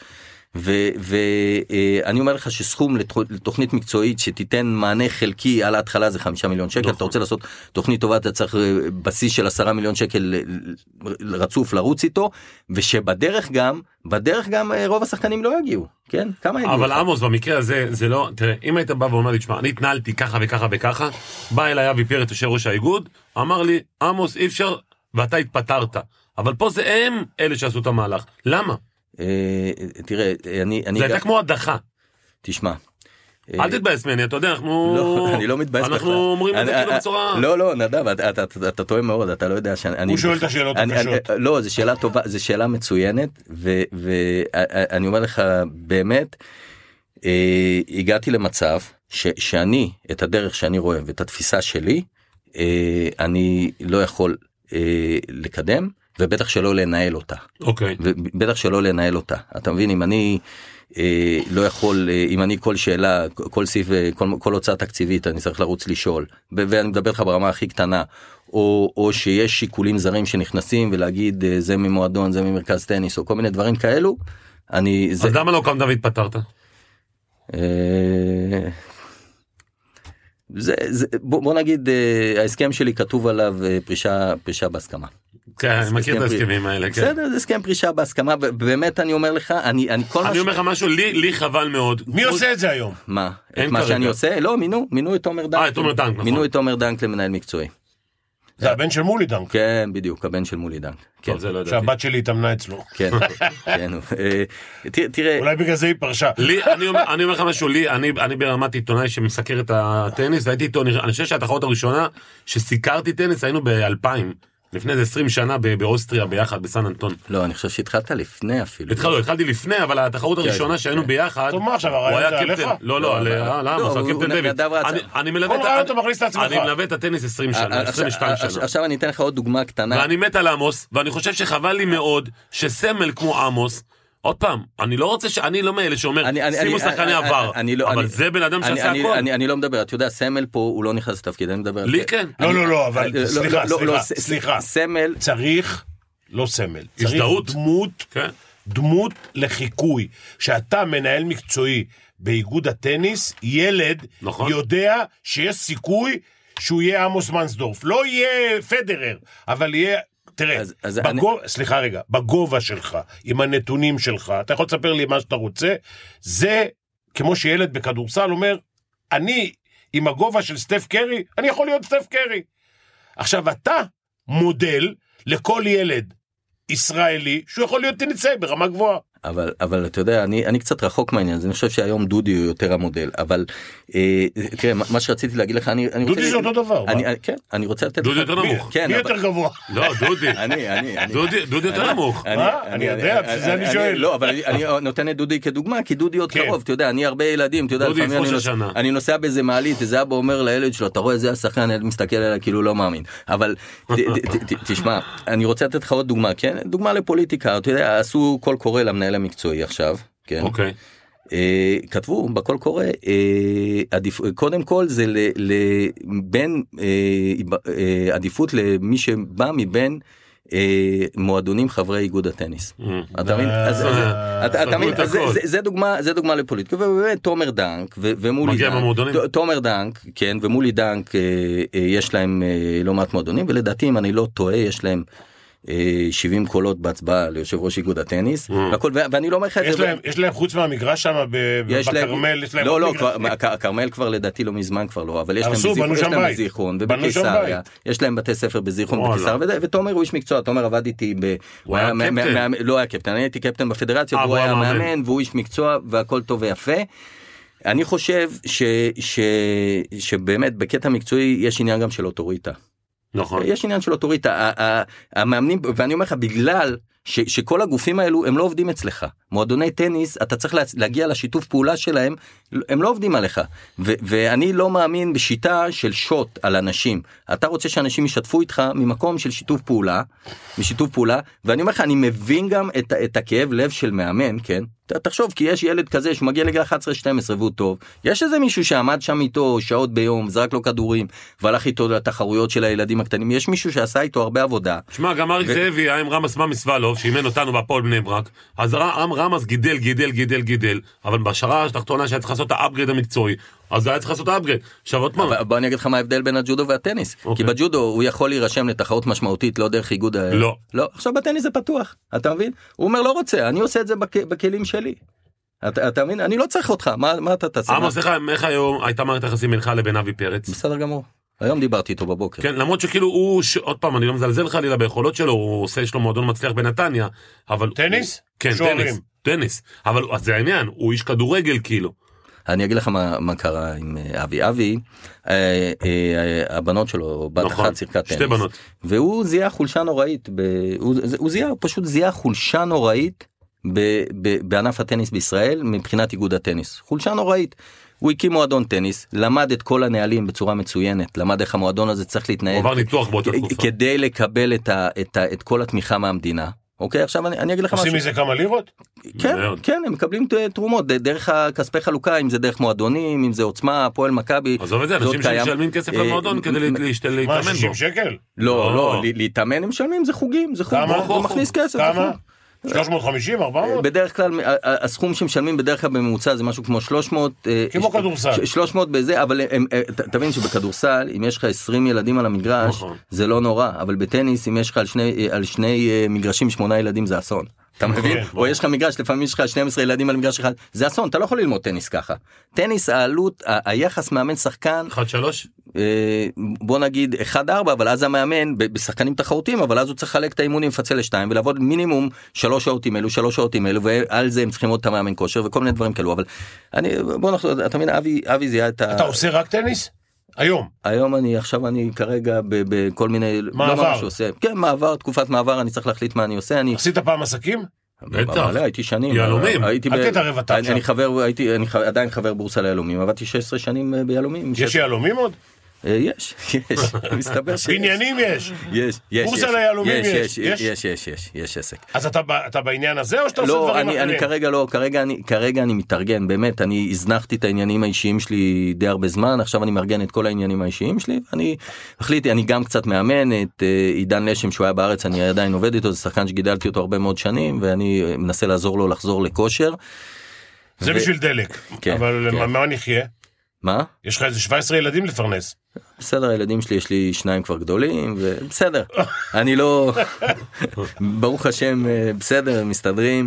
ואני אומר לך שסכום לתוכנית מקצועית שתיתן מענה חלקי על ההתחלה זה 5 מיליון שקל, אתה רוצה לעשות תוכנית טובה, אתה צריך בסיס של 10 מיליון שקל רצוף לרוץ איתו, ושבדרך גם רוב השחקנים לא יגיעו, כן? כמה יגיעו? אבל עמוס, במקרה הזה, זה לא, תראה, אם היית בא ואומר לי, תשמע, אני התנהלתי ככה וככה וככה, בא אליי אבי פרץ, יושב ראש האיגוד, אמר לי, עמוס, אי אפשר, ואתה התפטרת, אבל פה זה הם אלה שעשו את המהלך, למה? תראה, זה הייתה כמו הדחה. תשמע, אל תתבאס ממני, אתה יודע, אני לא מתבאס בכלל. אנחנו אומרים את זה כאילו בצורה... לא, נדב, אתה טועה מאוד, אתה לא יודע שאני... הוא שואל את השאלות הקשות. לא, זו שאלה טובה, זו שאלה מצוינת, ואני אומר לך, באמת, הגעתי למצב שאני, את הדרך שאני רואה, ואת התפיסה שלי, אני לא יכול לקדם, ובטח שלא לנהל אותה. אוקיי. ובטח שלא לנהל אותה. אתה מבין, אם אני לא יכול, אם אני כל שאלה, כל סעיף, כל הוצאה תקציבית, אני צריך לרוץ לשאול, ואני מדבר לך ברמה הכי קטנה, או שיש שיקולים זרים שנכנסים, ולהגיד, זה ממועדון, זה ממרכז טניס, או כל מיני דברים כאלו, אז למה לא קם דוד פתרת? בוא נגיד, ההסכם שלי כתוב עליו פרישה בהסכמה. כן, אני מכיר את ההסכמים האלה, כן. בסדר, זה הסכם פרישה בהסכמה, באמת אני אומר לך, אני אומר לך משהו, לי חבל מאוד. מי עושה את זה היום? מה? את מה שאני עושה? לא, מינו את תומר דנק. את תומר דנק, נכון. מינו את תומר דנק למנהל מקצועי. זה הבן של מולי דנק. כן, בדיוק, הבן של מולי דנק. שהבת שלי התאמנה אצלו. כן, כן. תראה... אולי בגלל זה היא פרשה. אני אומר לך משהו, אני ברמת עיתונאי שמסקר את הטניס, והייתי איתו, אני חושב שהתחרות הראשונה שסיקרתי טניס, היינו ב-2000. לפני 20 שנה באוסטריה ביחד בסן אנטון. לא, אני חושב שהתחלת לפני אפילו. התחלתי לפני, אבל התחרות הראשונה שהיינו ביחד, טוב, מה עכשיו, הרעיון זה עליך? לא, למה? קפטן דויד. אני מלווה את הטניס 20 שנה, 22 שנה. עכשיו אני אתן לך עוד דוגמה קטנה. ואני מת על עמוס, ואני חושב שחבל לי מאוד שסמל כמו עמוס, עוד פעם, אני לא רוצה אני לא מאלה שאומר, שימו שחקני עבר, אבל זה בן אדם שעשה הכל. אני לא מדבר, אתה יודע, סמל פה הוא לא נכנס לתפקיד, אני מדבר... לי כן. לא, אבל סליחה, סמל... צריך, לא סמל, צריך דמות לחיקוי, שאתה מנהל מקצועי באיגוד הטניס, ילד יודע שיש סיכוי שהוא יהיה עמוס מנסדורף, לא יהיה פדרר, אבל יהיה... תראה, סליחה רגע, בגובה שלך, עם הנתונים שלך, אתה יכול לספר לי מה שאתה רוצה, זה כמו שילד בכדורסל אומר, אני עם הגובה של סטף קרי, אני יכול להיות סטף קרי. עכשיו אתה מודל לכל ילד ישראלי, שהוא יכול להיות טניסאי ברמה גבוהה. אבל אתה יודע, אני קצת רחוק מהעניין, אז אני חושב שהיום דודי הוא יותר המודל, אבל תראה, מה שרציתי להגיד לך, דודי זה אותו דבר. כן, אני רוצה לתת... דודי יותר נמוך. מי יותר גבוה? לא, דודי. דודי יותר נמוך. אני יודע, זה אני שואל. לא, אבל אני נותן את דודי כדוגמה, כי דודי עוד קרוב, אתה יודע, אני הרבה ילדים, אתה יודע, אני נוסע באיזה מעלית, איזה אבא אומר לילד שלו, אתה רואה, זה השחקן, הילד מסתכל עליה, כאילו לא מאמין. אבל תשמע, אני רוצה לתת לך עוד דוגמה, כן? דוגמה לפוליטיקה, אתה יודע, עשו קול קורא למנהל המקצועי עכשיו, כן? אוקיי. כתבו בקול קורא, קודם כל זה בין עדיפות למי שבא מבין מועדונים חברי איגוד הטניס. אתה מבין? זה דוגמה לפוליטיקה, ובאמת תומר דנק ומולי דנק, תומר דנק, כן, ומולי דנק יש להם לא מעט מועדונים, ולדעתי אם אני לא טועה יש להם 70 קולות בהצבעה ליושב ראש איגוד הטניס, ואני לא אומר לך את זה. יש להם חוץ מהמגרש שם בקרמל, יש להם... לא, הקרמל כבר לדעתי לא מזמן כבר לא, אבל יש להם בזיכרון ובקיסריה, יש להם בתי ספר בזיכרון ובקיסריה, ותומר הוא איש מקצוע, תומר עבד איתי, לא היה קפטן, אני הייתי קפטן בפדרציה, והוא היה מאמן, והוא איש מקצוע, והכל טוב ויפה. אני חושב שבאמת בקטע מקצועי יש עניין גם של אוטוריטה. נכון. יש עניין של אוטוריטה, המאמנים, ואני אומר לך, בגלל שכל הגופים האלו הם לא עובדים אצלך, מועדוני טניס, אתה צריך להגיע לשיתוף פעולה שלהם, הם לא עובדים עליך, ואני לא מאמין בשיטה של שוט על אנשים, אתה רוצה שאנשים ישתפו איתך ממקום של שיתוף פעולה, ואני אומר לך, אני מבין גם את הכאב לב של מאמן, כן? תחשוב, כי יש ילד כזה שמגיע לגיל 11-12 והוא טוב, יש איזה מישהו שעמד שם איתו שעות ביום, זרק לו כדורים, והלך איתו לתחרויות של הילדים הקטנים, יש מישהו שעשה איתו הרבה עבודה. שמע, גם אריק זאבי היה עם רמס מסוולוב, שאימן אותנו בהפועל בני ברק, אז רמס גידל, אבל בשורה התחתונה שהיה צריך לעשות את האפגרייד המקצועי, אז היה צריך לעשות את האפגרייד. בוא אני אגיד לך מה ההבדל בין הג'ודו והטניס, כי בג'ודו הוא יכול להירשם לתחרות משמעותית, לא דרך איגוד... לא, עכשיו בטניס זה פתוח, אתה מבין? הוא אומר לא רוצה, אני עושה את זה בכלים שלי. אתה מבין? אני לא צריך אותך, מה אתה תעשה? עמוס, איך היום הייתה מערכת יחסים בינך לבין אבי פרץ? בסדר גמור. היום דיברתי איתו בבוקר. כן, למרות שכאילו הוא, עוד פעם, אני לא מזלזל חלילה ביכולות שלו, הוא עושה, יש לו מועדון מצליח בנתניה, אבל... טניס? כן, טניס. אבל זה העניין, הוא איש כדורגל כאילו. אני אגיד לך מה קרה עם אבי, הבנות שלו, בת אחת שיחקה טניס. שתי בנות. והוא זיהה חולשה נוראית, הוא פשוט זיהה חולשה נוראית בענף הטניס בישראל מבחינת איגוד הטניס. חולשה נוראית. הוא הקים מועדון טניס, למד את כל הנהלים בצורה מצוינת, למד איך המועדון הזה צריך להתנהל. הוא עבר ניתוח באותה תקופה. כדי לקבל את כל התמיכה מהמדינה. אוקיי, עכשיו אני אגיד לך משהו. עושים מזה כמה לירות? כן, כן, הם מקבלים תרומות, דרך הכספי חלוקה, אם זה דרך מועדונים, אם זה עוצמה, פועל מכבי. עזוב את זה, אנשים שמשלמים כסף למועדון כדי להתאמן בו. מה, 60 שקל? לא, להתאמן הם משלמים, זה חוגים, זה חוג, הוא מכניס כסף. כמה? 350, 400? בדרך כלל, הסכום שמשלמים בדרך כלל בממוצע זה משהו כמו 300. כמו כדורסל. 300 בזה, אבל תבין שבכדורסל, אם יש לך 20 ילדים על המגרש, זה לא נורא, אבל בטניס, אם יש לך על שני מגרשים 8 ילדים, זה אסון. אתה מבין? או יש לך מגרש, לפעמים יש לך 12 ילדים על מגרש אחד, זה אסון, אתה לא יכול ללמוד טניס ככה. טניס, העלות, היחס מאמן שחקן, 1-3? בוא נגיד 1-4, אבל אז המאמן, בשחקנים תחרותיים, אבל אז הוא צריך לחלק את האימונים, לפצל לשתיים, ולעבוד מינימום 3 שעות עם אלו, 3 שעות עם אלו, ועל זה הם צריכים עוד את המאמן כושר, וכל מיני דברים כאלו, אבל בוא נחזור, אתה מבין, אבי זיהה את ה... אתה עושה רק טניס? היום? היום עכשיו אני כרגע בכל מיני... מעבר? כן, מעבר, תקופת מעבר, אני צריך להחליט מה אני עושה. עשית פעם עסקים? בטח. הייתי שנים. יהלומים. אל תתערב אתה עכשיו. אני עדיין חבר בורסה ליהלומים, עבדתי 16 שנים ביהלומים. יש יהלומים עוד? יש, מסתבר שיש. בניינים יש? יש. בורסה ליהלומים יש? יש עסק. אז אתה בעניין הזה או שאתה עושה דברים אחרים? לא, כרגע אני מתארגן, באמת, אני הזנחתי את העניינים האישיים שלי די הרבה זמן, עכשיו אני מארגן את כל העניינים האישיים שלי, אני החליטי, אני גם קצת מאמן, את עידן לשם שהוא היה בארץ, אני עדיין עובד איתו, זה שחקן שגידלתי אותו הרבה מאוד שנים, ואני מנסה לעזור לו לחזור לכושר. זה בשביל דלק, אבל מה נחיה? מה? יש לך איזה 17 ילדים לפרנס. בסדר, הילדים שלי, יש לי 2 כבר גדולים, ובסדר. אני לא... ברוך השם, בסדר, מסתדרים.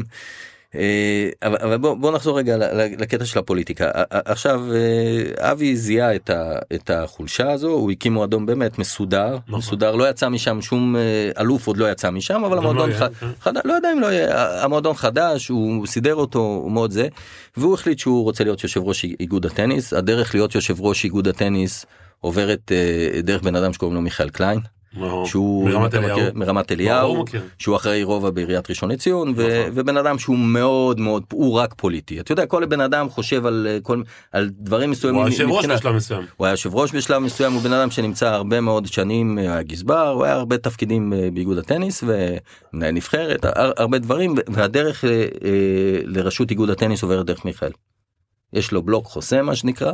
אבל בוא נחזור רגע לקטע של הפוליטיקה. עכשיו, אבי זיהה את החולשה הזו, הוא הקים מועדון באמת מסודר, לא יצא משם, שום אלוף עוד לא יצא משם, אבל המועדון חדש, לא יודע אם לא יהיה, המועדון חדש, הוא סידר אותו, הוא מאוד זה, והוא החליט שהוא רוצה להיות יושב ראש איגוד הטניס. הדרך להיות יושב ראש איגוד הטניס עוברת דרך בן אדם שקוראים לו מיכאל קליין, שהוא מרמת אליהו, שהוא אחראי רובע בעיריית ראשון לציון, ובן אדם שהוא מאוד מאוד, הוא רק פוליטי. אתה יודע, כל בן אדם חושב על דברים מסוימים. הוא היה יושב ראש בשלב מסוים. הוא היה יושב ראש בשלב מסוים, הוא בן אדם שנמצא הרבה מאוד שנים, היה גזבר, הוא היה הרבה תפקידים באיגוד הטניס, ומנהל נבחרת, הרבה דברים, והדרך לרשות איגוד הטניס עוברת דרך מיכאל. יש לו בלוק חוסם, מה שנקרא,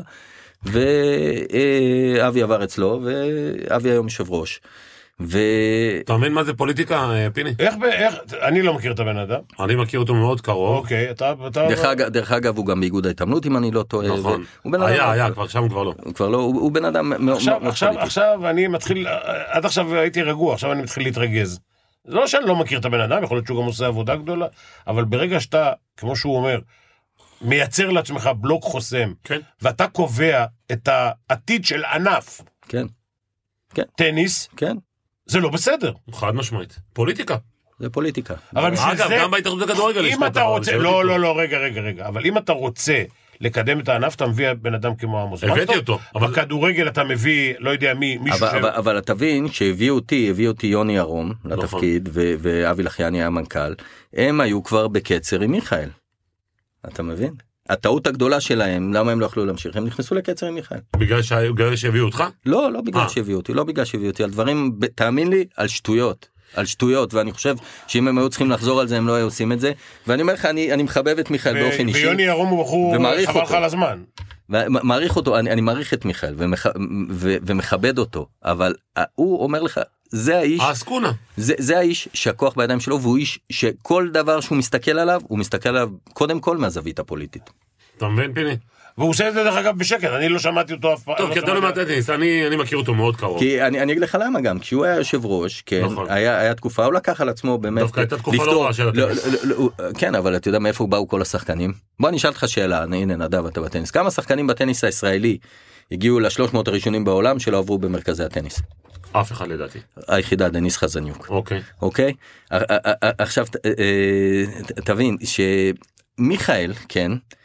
ואבי עבר אצלו, ואבי היום יושב ראש. אתה מבין מה זה פוליטיקה, פיני? איך, אני לא מכיר את הבן אדם. אני מכיר אותו מאוד קרוב. אוקיי, אתה... דרך אגב, הוא גם באיגוד ההתעמלות, אם אני לא טועה. נכון. היה, כבר שם כבר לא. כבר לא, הוא בן אדם מאוד פוליטי. עכשיו אני מתחיל, עד עכשיו הייתי רגוע, עכשיו אני מתחיל להתרגז. זה לא שאני לא מכיר את הבן אדם, יכול להיות שהוא גם עושה עבודה גדולה, אבל ברגע שאתה, כמו שהוא אומר, מייצר לעצמך בלוק חוסם, כן. ואתה קובע את העתיד של ענף, כן. טניס, כן. זה לא בסדר. חד משמעית. פוליטיקה. זה פוליטיקה. אבל אגב, גם בהתאחדות הכדורגל אם אתה רוצה, לא, רגע, אבל אם אתה רוצה לקדם את הענף, אתה מביא בן אדם כמו עמוס. הבאתי אותו. בכדורגל אתה מביא, לא יודע מי, מישהו אבל אתה תבין שהביאו אותי יוני ארום לתפקיד, ואבי לחיאני היה מנכ"ל, הם היו כבר בקצר עם מיכאל. אתה מבין? הטעות הגדולה שלהם, למה הם לא יכלו להמשיך? הם נכנסו לקצר עם מיכאל. בגלל שהביאו אותך? לא בגלל שהביאו אותי, על דברים, תאמין לי, על שטויות, ואני חושב שאם הם היו צריכים לחזור על זה, הם לא היו עושים את זה, ואני אומר לך, אני מחבב את מיכאל באופן אישי. ויוני ארום הוא בחור חבל לך על הזמן. מעריך אותו, אני מעריך את מיכאל, ומכבד אותו, אבל הוא אומר לך, זה האיש, זה האיש שהכוח בידיים שלו, והוא איש שכל דבר שהוא מסתכל עליו, הוא מסתכל עליו קודם כל מהזווית הפוליטית. אתה מבין, פיני? והוא עושה את זה דרך אגב בשקט, אני לא שמעתי אותו אף פעם. טוב, כי אתה לא מעט טניס, אני מכיר אותו מאוד קרוב. כי אני אגיד לך למה גם, כשהוא היה יושב ראש, כן, היה תקופה, הוא לקח על עצמו באמת, דווקא הייתה תקופה לא רעה של הטניס. כן, אבל אתה יודע מאיפה באו כל השחקנים? בוא אני אשאל אותך שאלה, הנה נדב, אתה בטניס, כמה שחקנים בטניס הישראלי הגיעו ל300 הראשונים בעולם שלא עברו במרכזי הטניס? אף אחד לדעתי. היחידה, דניס חזניוק. אוקיי. עכשיו, תבין שמיכאל, כן,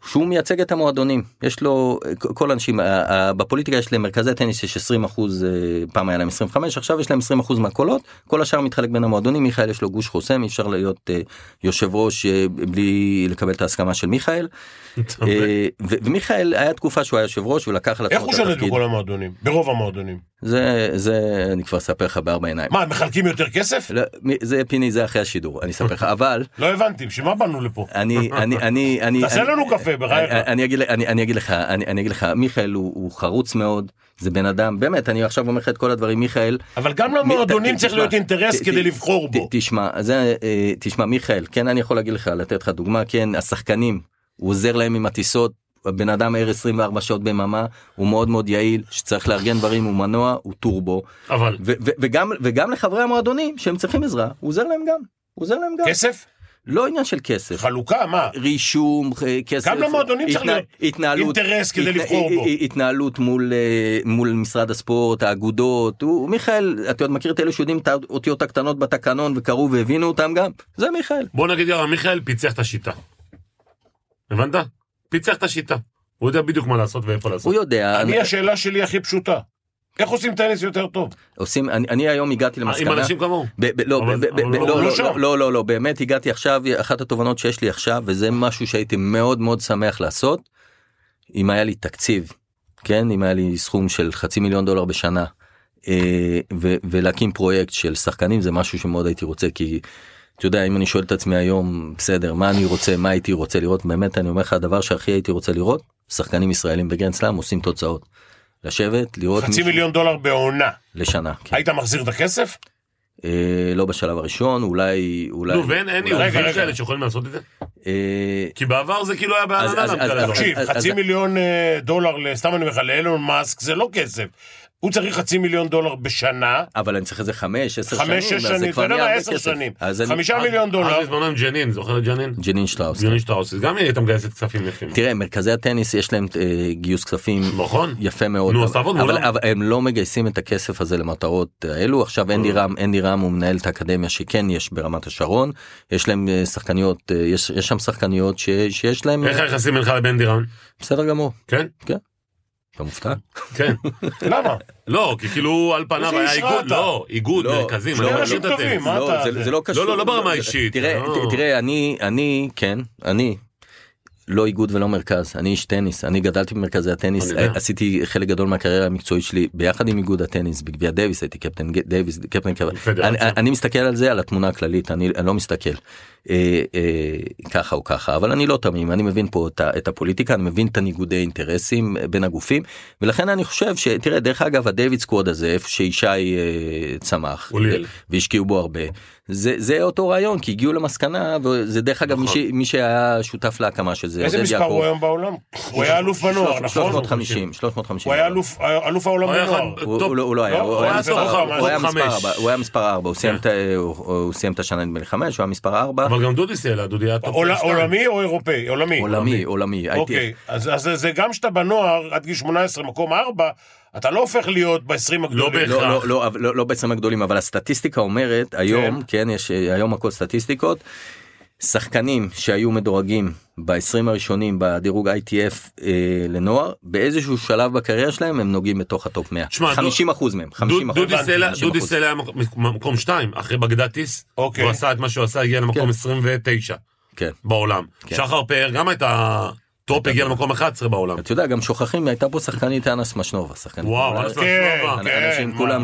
שהוא מייצג את המועדונים, יש לו, כל אנשים, בפוליטיקה יש להם מרכזי טניס, יש 20%, פעם היה להם 25, עכשיו יש להם 20% מהקולות, כל השאר מתחלק בין המועדונים, מיכאל יש לו גוש חוסם, אי אפשר להיות יושב ראש בלי לקבל את ההסכמה של מיכאל, ומיכאל היה תקופה שהוא היה יושב ראש ולקח על עצמו איך הוא שולט בכל המועדונים? ברוב המועדונים. זה אני כבר אספר לך בארבע עיניים. מה, מחלקים יותר כסף? זה פיני, זה אחרי השידור, אני אספר לך, אבל... לא הבנתי, שמה באנו לפה? תעשה לנו קפה, בחייך. אני אגיד לך, מיכאל הוא חרוץ מאוד, זה בן אדם, באמת, אני עכשיו אומר לך את כל הדברים, מיכאל... אבל גם למועדונים צריך להיות אינטרס כדי לבחור בו. תשמע, מיכאל, כן, אני יכול להגיד לך, לתת לך דוגמה, כן, השחקנים, הוא עוזר להם עם הטיסות, בן אדם ער 24 שעות ביממה, הוא מאוד מאוד יעיל, שצריך לארגן דברים, הוא מנוע, הוא טורבו. אבל... וגם לחברי המועדונים, שהם צריכים עזרה, הוא עוזר להם גם. כסף? לא עניין של כסף. חלוקה, מה? רישום, כסף. גם למועדונים צריך להיות אינטרס כדי לבחור בו. התנהלות מול משרד הספורט, האגודות. מיכאל, אתה עוד מכיר את אלה שיודעים את האותיות הקטנות בתקנון, וקראו והבינו אותם גם? זה מיכאל. בוא נגיד, מיכאל פיצח את השיטה. הבנת? פיצח את השיטה. הוא יודע בדיוק מה לעשות ואיפה לעשות. הוא יודע. השאלה שלי הכי פשוטה. איך עושים טניס יותר טוב? אני היום הגעתי למסקנה. עם אנשים כמוהו. לא, באמת הגעתי עכשיו, אחת התובנות שיש לי עכשיו, וזה משהו שהייתי מאוד מאוד שמח לעשות, אם היה לי תקציב, כן? אם היה לי סכום של $500,000 בשנה, ולהקים פרויקט של שחקנים, זה משהו שמאוד הייתי רוצה, כי אתה יודע, אם אני שואל את עצמי היום, בסדר, מה אני רוצה, מה הייתי רוצה לראות, באמת אני אומר לך, הדבר שהכי הייתי רוצה לראות, שחקנים ישראלים בגרנד סלאם עושים תוצאות. לשבת, לראות... $500,000 בעונה. לשנה, כן. היית מחזיר את הכסף? לא בשלב הראשון, אולי... נו, ואין יהודים כאלה שיכולים לעשות את זה? כי בעבר זה כאילו היה בעננה. תקשיב, $500,000, סתם אני מחלל, לאילון מאסק, זה לא כסף. הוא צריך $500,000 בשנה. אבל אני צריך איזה 5-10 שנים. 5-6 שנים, אתה יודע מה, 10 שנים. $5 מיליון. אז בזמנו עם ג'נין, זוכר את ג'נין? ג'נין שטראוס. ג'נין שטראוס, גם הייתה מגייסת כספים יפים. תראה, מרכזי הטניס יש להם גיוס כספים יפה מאוד. אבל הם לא מגייסים את הכסף הזה למטרות האלו. עכשיו אנדי רם הוא מנהל את האקדמיה שכן יש ברמת השרון. יש להם שחקניות, יש שם שחקניות שיש להם... איך היחסים בינך לבנדי רם? בסדר גמור. כן? כן. אתה מופתע? כן. למה? לא, כי כאילו על פניו היה איגוד, לא, איגוד מרכזים. זה לא קשור. לא ברמה אישית. תראה, אני לא איגוד ולא מרכז, אני איש טניס, אני גדלתי במרכזי הטניס, עשיתי חלק גדול מהקריירה המקצועית שלי ביחד עם איגוד הטניס, בגביע דייוויס, הייתי קפטן דייוויס, אני מסתכל על זה, על התמונה הכללית, אני לא מסתכל ככה או ככה, אבל אני לא תמים, אני מבין פה את הפוליטיקה, אני מבין את הניגודי אינטרסים בין הגופים, ולכן אני חושב שתראה, דרך אגב, הדייוויד סקווד הזה, איפה שישי צמח, והשקיעו בו הרבה, זה אותו רעיון, כי הגיעו למסקנה, וזה דרך אגב מי שהיה שותף להקמה של זה. איזה מספר הוא היום בעולם? הוא היה אלוף בנוער, נכון? 350. הוא היה אלוף העולם בנוער. הוא לא היה, הוא היה מספר 4, הוא סיים את השנה נדמה לי 5, הוא היה מספר 4. אבל גם דודי סיילה, דודי היה טוב. עולמי או אירופאי? עולמי. אוקיי, אז זה גם שאתה בנוער, עד גיל 18, מקום 4, אתה לא הופך להיות ב-20 הגדולים. לא ב-20 הגדולים, אבל הסטטיסטיקה אומרת, היום, כן, יש היום הכל סטטיסטיקות, שחקנים שהיו מדורגים ב-20 הראשונים בדירוג ITF לנוער, באיזשהו שלב בקריירה שלהם הם נוגעים בתוך הטופ 100. 50% מהם. דודי סלע היה מקום 2, אחרי בגדטיס, הוא עשה את מה שהוא עשה, הגיע למקום 29 בעולם. שחר פאר גם הייתה... טופ הגיע למקום 11 בעולם. אתה יודע, גם שוכחים, הייתה פה שחקנית אנה סמשנובה. וואו, אנה סמשנובה. אנשים כולם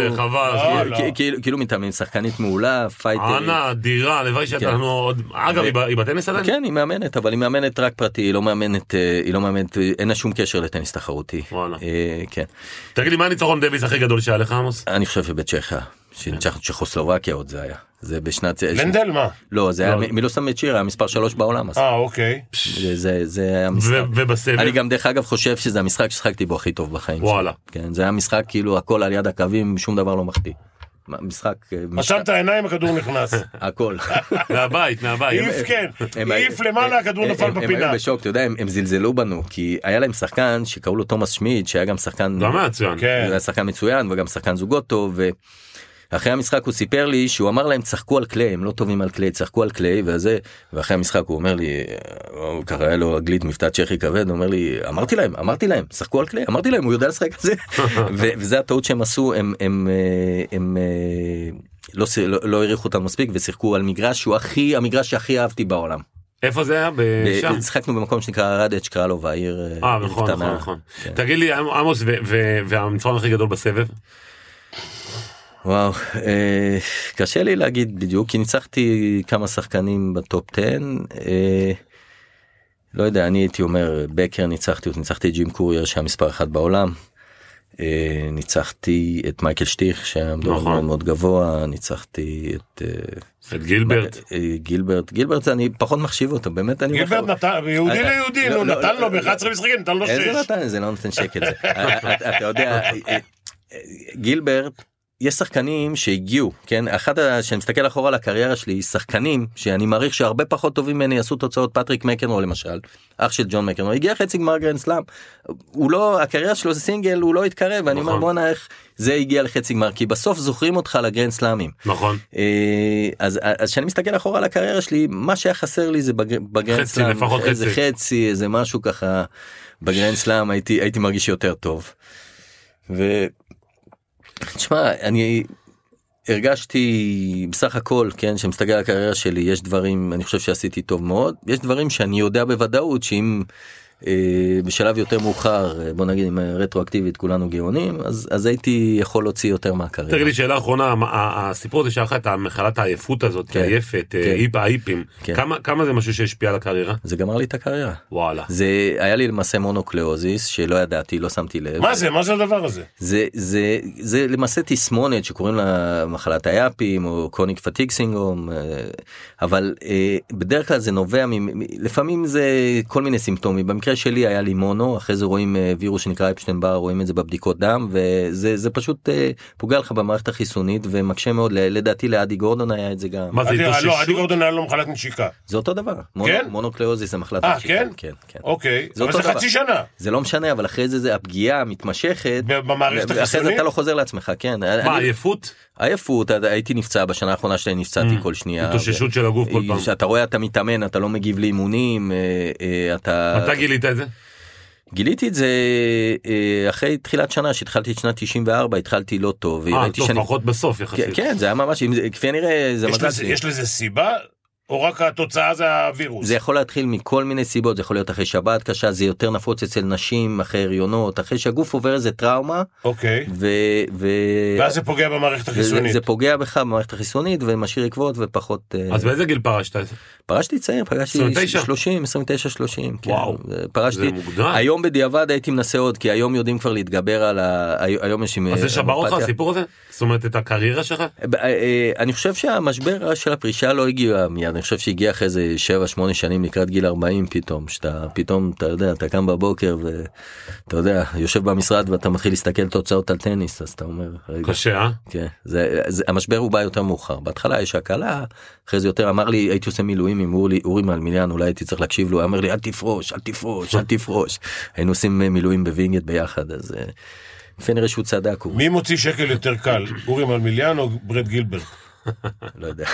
כאילו מתאמנים, שחקנית מעולה, פייטרית. אנה, דירה, לוואי שאתה לנו עוד... אגב, היא בטניס עדיין? כן, היא מאמנת, אבל היא מאמנת רק פרטי, היא לא מאמנת, אין לה שום קשר לטניס תחרותי. וואלה. כן. תגיד לי, מה הניצחון דייוויס הכי גדול שהיה לך, עמוס? אני חושב שבצ'כיה, צ'כוסלובקיה עוד זה היה. זה בשנת... לנדל מה? לא, זה היה מילוסה מצ'יר, היה מספר 3 בעולם. אוקיי. זה היה משחק. ובסבב? אני גם דרך אגב חושב שזה המשחק ששחקתי בו הכי טוב בחיים. וואלה. כן, זה היה משחק כאילו הכל על יד הקווים, שום דבר לא מחטיא. משחק... שם את העיניים, הכדור נכנס. הכל. מהבית. איף כן. איף למעלה, הכדור נפל בפינה. הם היו בשוק, אתה יודע, הם זלזלו בנו, כי היה להם שחקן שקראו לו תומאס שמיד, שהיה גם שחקן... גם מצוין. היה שחקן מצוין, וגם שחקן זוגות טוב, אחרי המשחק הוא סיפר לי שהוא אמר להם צחקו על קליי, הם לא טובים על קליי, צחקו על קליי וזה, ואחרי המשחק הוא אומר לי, ככה היה לו אנגלית מבטא צ'כי כבד, הוא אומר לי, אמרתי להם, צחקו על קליי, אמרתי להם, הוא יודע לשחק על זה, וזה הטעות שהם עשו, הם לא העריכו אותם מספיק ושיחקו על מגרש שהוא המגרש שהכי אהבתי בעולם. איפה זה היה? שם? שחקנו במקום שנקרא רדץ' קרלוב, העיר נכון. תגיד לי, עמוס, והניצחון הכי גדול בסבב? וואו, קשה לי להגיד בדיוק, כי ניצחתי כמה שחקנים בטופ 10, לא יודע, אני הייתי אומר, בקר ניצחתי את ג'ים קורייר שהמספר 1 בעולם, ניצחתי את מייקל שטיך שהיה מאוד מאוד גבוה, ניצחתי את גילברט אני פחות מחשיב אותו, באמת. גילברט נתן, יהודי ליהודי, הוא נתן לו ב-11 משחקים, נתן לו 6. איזה נתן? זה לא נותן שקל. אתה יודע, גילברט, יש שחקנים שהגיעו, כן, שאני מסתכל אחורה על הקריירה שלי, שחקנים שאני מעריך שהרבה פחות טובים ממני עשו תוצאות, פטריק מקנרו למשל, אח של ג'ון מקנרו, הגיע חצי גמר גרנד סלאם, הוא לא, הקריירה שלו זה סינגל, הוא לא התקרב, ואני אומר בוא נע איך זה הגיע לחצי גמר, כי בסוף זוכרים אותך לגרנד סלאמים. נכון. אז כשאני מסתכל אחורה על הקריירה שלי, מה שהיה חסר לי זה בגרנד סלאם, איזה חצי, איזה משהו ככה, בגרנד סלאם הייתי מרגיש יותר טוב. תשמע, אני הרגשתי בסך הכל, כן, שמסתכל על הקריירה שלי, יש דברים, אני חושב שעשיתי טוב מאוד, יש דברים שאני יודע בוודאות שאם בשלב יותר מאוחר, בוא נגיד עם רטרואקטיבית כולנו גאונים, אז הייתי יכול להוציא יותר מהקריירה. תגיד לי שאלה אחרונה, הסיפור הזה שלך, את המחלת העייפות הזאת, העייפת, האיפים, כמה זה משהו שהשפיע על הקריירה? זה גמר לי את הקריירה. וואלה. זה היה לי למעשה מונוקלאוזיס, שלא ידעתי, לא שמתי לב. מה זה הדבר הזה? זה למעשה תסמונת שקוראים לה מחלת האיפים, או קרוניק פטיג סינדרום, אבל בדרך כלל זה נובע, לפעמים זה כל מיני סימפטומים. במקרה שלי היה לי מונו, אחרי זה רואים וירוס שנקרא אפשטיין בר, רואים את זה בבדיקות דם, וזה פשוט פוגע לך במערכת החיסונית, ומקשה מאוד, לדעתי לאדי גורדון היה את זה גם. מה זה התאוששות? לא, אדי גורדון היה לו מחלת נשיקה. זה אותו דבר. כן? מונוקלאוזיס זה מחלת נשיקה. כן? כן. אוקיי, אבל זה חצי שנה. זה לא משנה, אבל אחרי זה הפגיעה מתמשכת. במערכת החיסונית? אחרי זה אתה לא חוזר לעצמך, כן. מה, עייפות? עייפות, הייתי נפצע, בשנה האחרונה שלי נפצעתי כל שנייה. התאוששות של הגוף כל פעם. אתה רואה, אתה מתאמן, אתה לא מגיב לאימונים, מתי גילית את זה? גיליתי את זה אחרי תחילת שנה, שהתחלתי את שנת 94, התחלתי לא טוב. טוב, פחות בסוף יחסית. כן, זה היה ממש, כפי נראה, זה מזל. יש לזה סיבה? או רק התוצאה זה הווירוס? זה יכול להתחיל מכל מיני סיבות, זה יכול להיות אחרי שבת קשה, זה יותר נפוץ אצל נשים, אחרי הריונות, אחרי שהגוף עובר איזה טראומה. אוקיי. ואז זה פוגע במערכת החיסונית. זה פוגע בך במערכת החיסונית, ומשאיר עקבות ופחות... אז באיזה גיל פרשת? פרשתי צעיר, פרשתי 29-30. וואו, פרשתי. זה מוקדם. היום בדיעבד הייתי מנסה עוד, כי היום יודעים כבר להתגבר על היום יש... אז זה שבר אותך הסיפור הזה? זאת אומרת את הקריירה שלך? אני חושב שהמשבר של הפרישה לא הגיע מיד, אני חושב שהגיע אחרי איזה 7-8 שנים לקראת גיל 40 פתאום, אתה יודע, אתה קם בבוקר ואתה יודע, יושב במשרד ואתה מתחיל להסתכל תוצאות על טניס, אז אתה אומר, קשה, כן, המשבר הוא בא יותר מאוחר, בהתחלה יש הקלה, אחרי זה יותר, אמר לי, הייתי עושה מילואים עם אורי מלמיליאן, אולי הייתי צריך להקשיב לו, אמר לי, אל תפרוש, היינו עושים מילואים בווינגייט ביחד, אז לפי נראה שהוא צדק. מי מוציא שקל יותר קל, אורי מלמיליאן או ברד גילברט? לא יודע.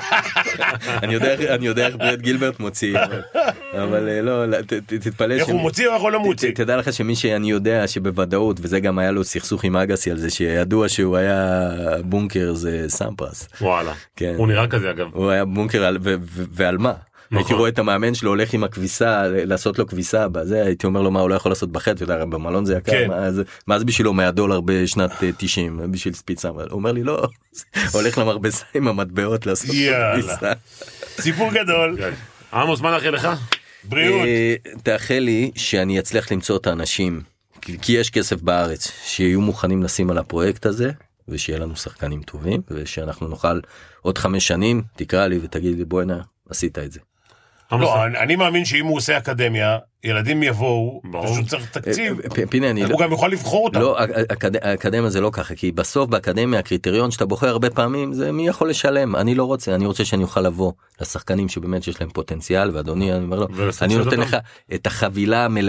אני יודע איך ברד גילברט מוציא, אבל לא, תתפלא. איך הוא מוציא או איך הוא לא מוציא? תדע לך שמי שאני יודע שבוודאות, וזה גם היה לו סכסוך עם אגסי על זה, שידוע שהוא היה בונקר, זה סמפרס. וואלה. הוא נראה כזה אגב. הוא היה בונקר ועל מה? הייתי רואה את המאמן שלו הולך עם הכביסה, לעשות לו כביסה, בזה הייתי אומר לו מה הוא לא יכול לעשות בחטא, במלון זה יקר, מה זה בשבילו $100 בשנת 90, בשביל ספיצה, הוא אומר לי לא, הולך למרבסה עם המטבעות לעשות כביסה. סיפור גדול. עמוס, מה נאחל לך? בריאות. תאחל לי שאני אצליח למצוא את האנשים, כי יש כסף בארץ, שיהיו מוכנים לשים על הפרויקט הזה, ושיהיה לנו שחקנים טובים, ושאנחנו נוכל עוד 5 שנים, תקרא לי ותגיד לי בוא'נה, עשית את זה. לא, אני מאמין שאם הוא עושה אקדמיה, ילדים יבואו, פשוט צריך תקציב, הוא גם יוכל לבחור אותם. לא, האקדמיה זה לא ככה, כי בסוף באקדמיה הקריטריון שאתה בוחר הרבה פעמים, זה מי יכול לשלם, אני לא רוצה, אני רוצה שאני אוכל לבוא לשחקנים שבאמת יש להם פוטנציאל, ואדוני, אני אומר לו, אני נותן לך את החבילה המלאה,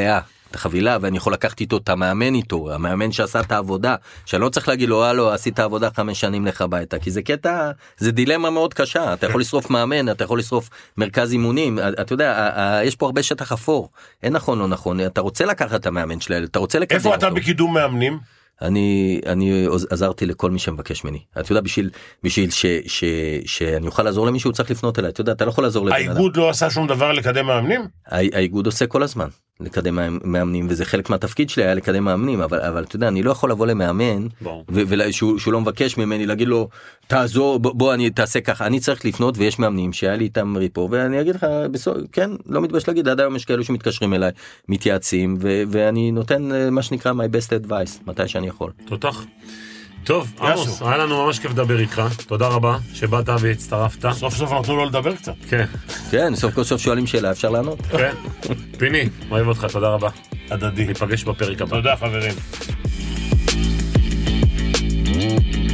את החבילה, ואני יכול לקחת איתו את המאמן איתו, המאמן שעשה את העבודה, שאני לא צריך להגיד לו, הלו, עשית העבודה 5 שנים לך הביתה, כי זה קטע, זה דילמה מאוד קשה, אתה יכול לשרוף מאמן, אתה יכול לשרוף מרכז אימונים, אתה יודע, יש פה הרבה שטח אפור, אין נכון, לא נכון, אתה רוצה לקחת את המאמן שלה, אתה רוצה לקדם אותו. איפה אתה בקידום מאמנים? אני עזרתי לכל מי שמבקש ממני. אתה יודע, בשביל שאני אוכל לעזור למישהו, הוא צריך לפנות אליי. אתה יודע, אתה לא יכול לעזור לבן אדם. האיגוד לא עשה שום דבר לקדם מאמנים? האיגוד עושה כל הזמן לקדם מאמנים, וזה חלק מהתפקיד שלי היה לקדם מאמנים, אבל אתה יודע, אני לא יכול לבוא למאמן, שהוא לא מבקש ממני, להגיד לו, תעזור, בוא אני תעשה ככה. אני צריך לפנות, ויש מאמנים שהיה לי איתם ריפו, ואני אגיד לך, כן, לא מתבייש להגיד, עד היום יש כאלו שמתקשרים אליי, מתייעצים, ואני נותן מה שנקרא my best advice, מתי שאני יכול. תותח. טוב, עמוס, היה לנו ממש כיף לדבר איתך, תודה רבה שבאת והצטרפת. סוף סוף נתנו לו לדבר קצת. כן. כן, סוף כל סוף שואלים שאלה, אפשר לענות? כן. פיני, אוהב אותך, תודה רבה. הדדי. ניפגש בפרק הבא. תודה חברים.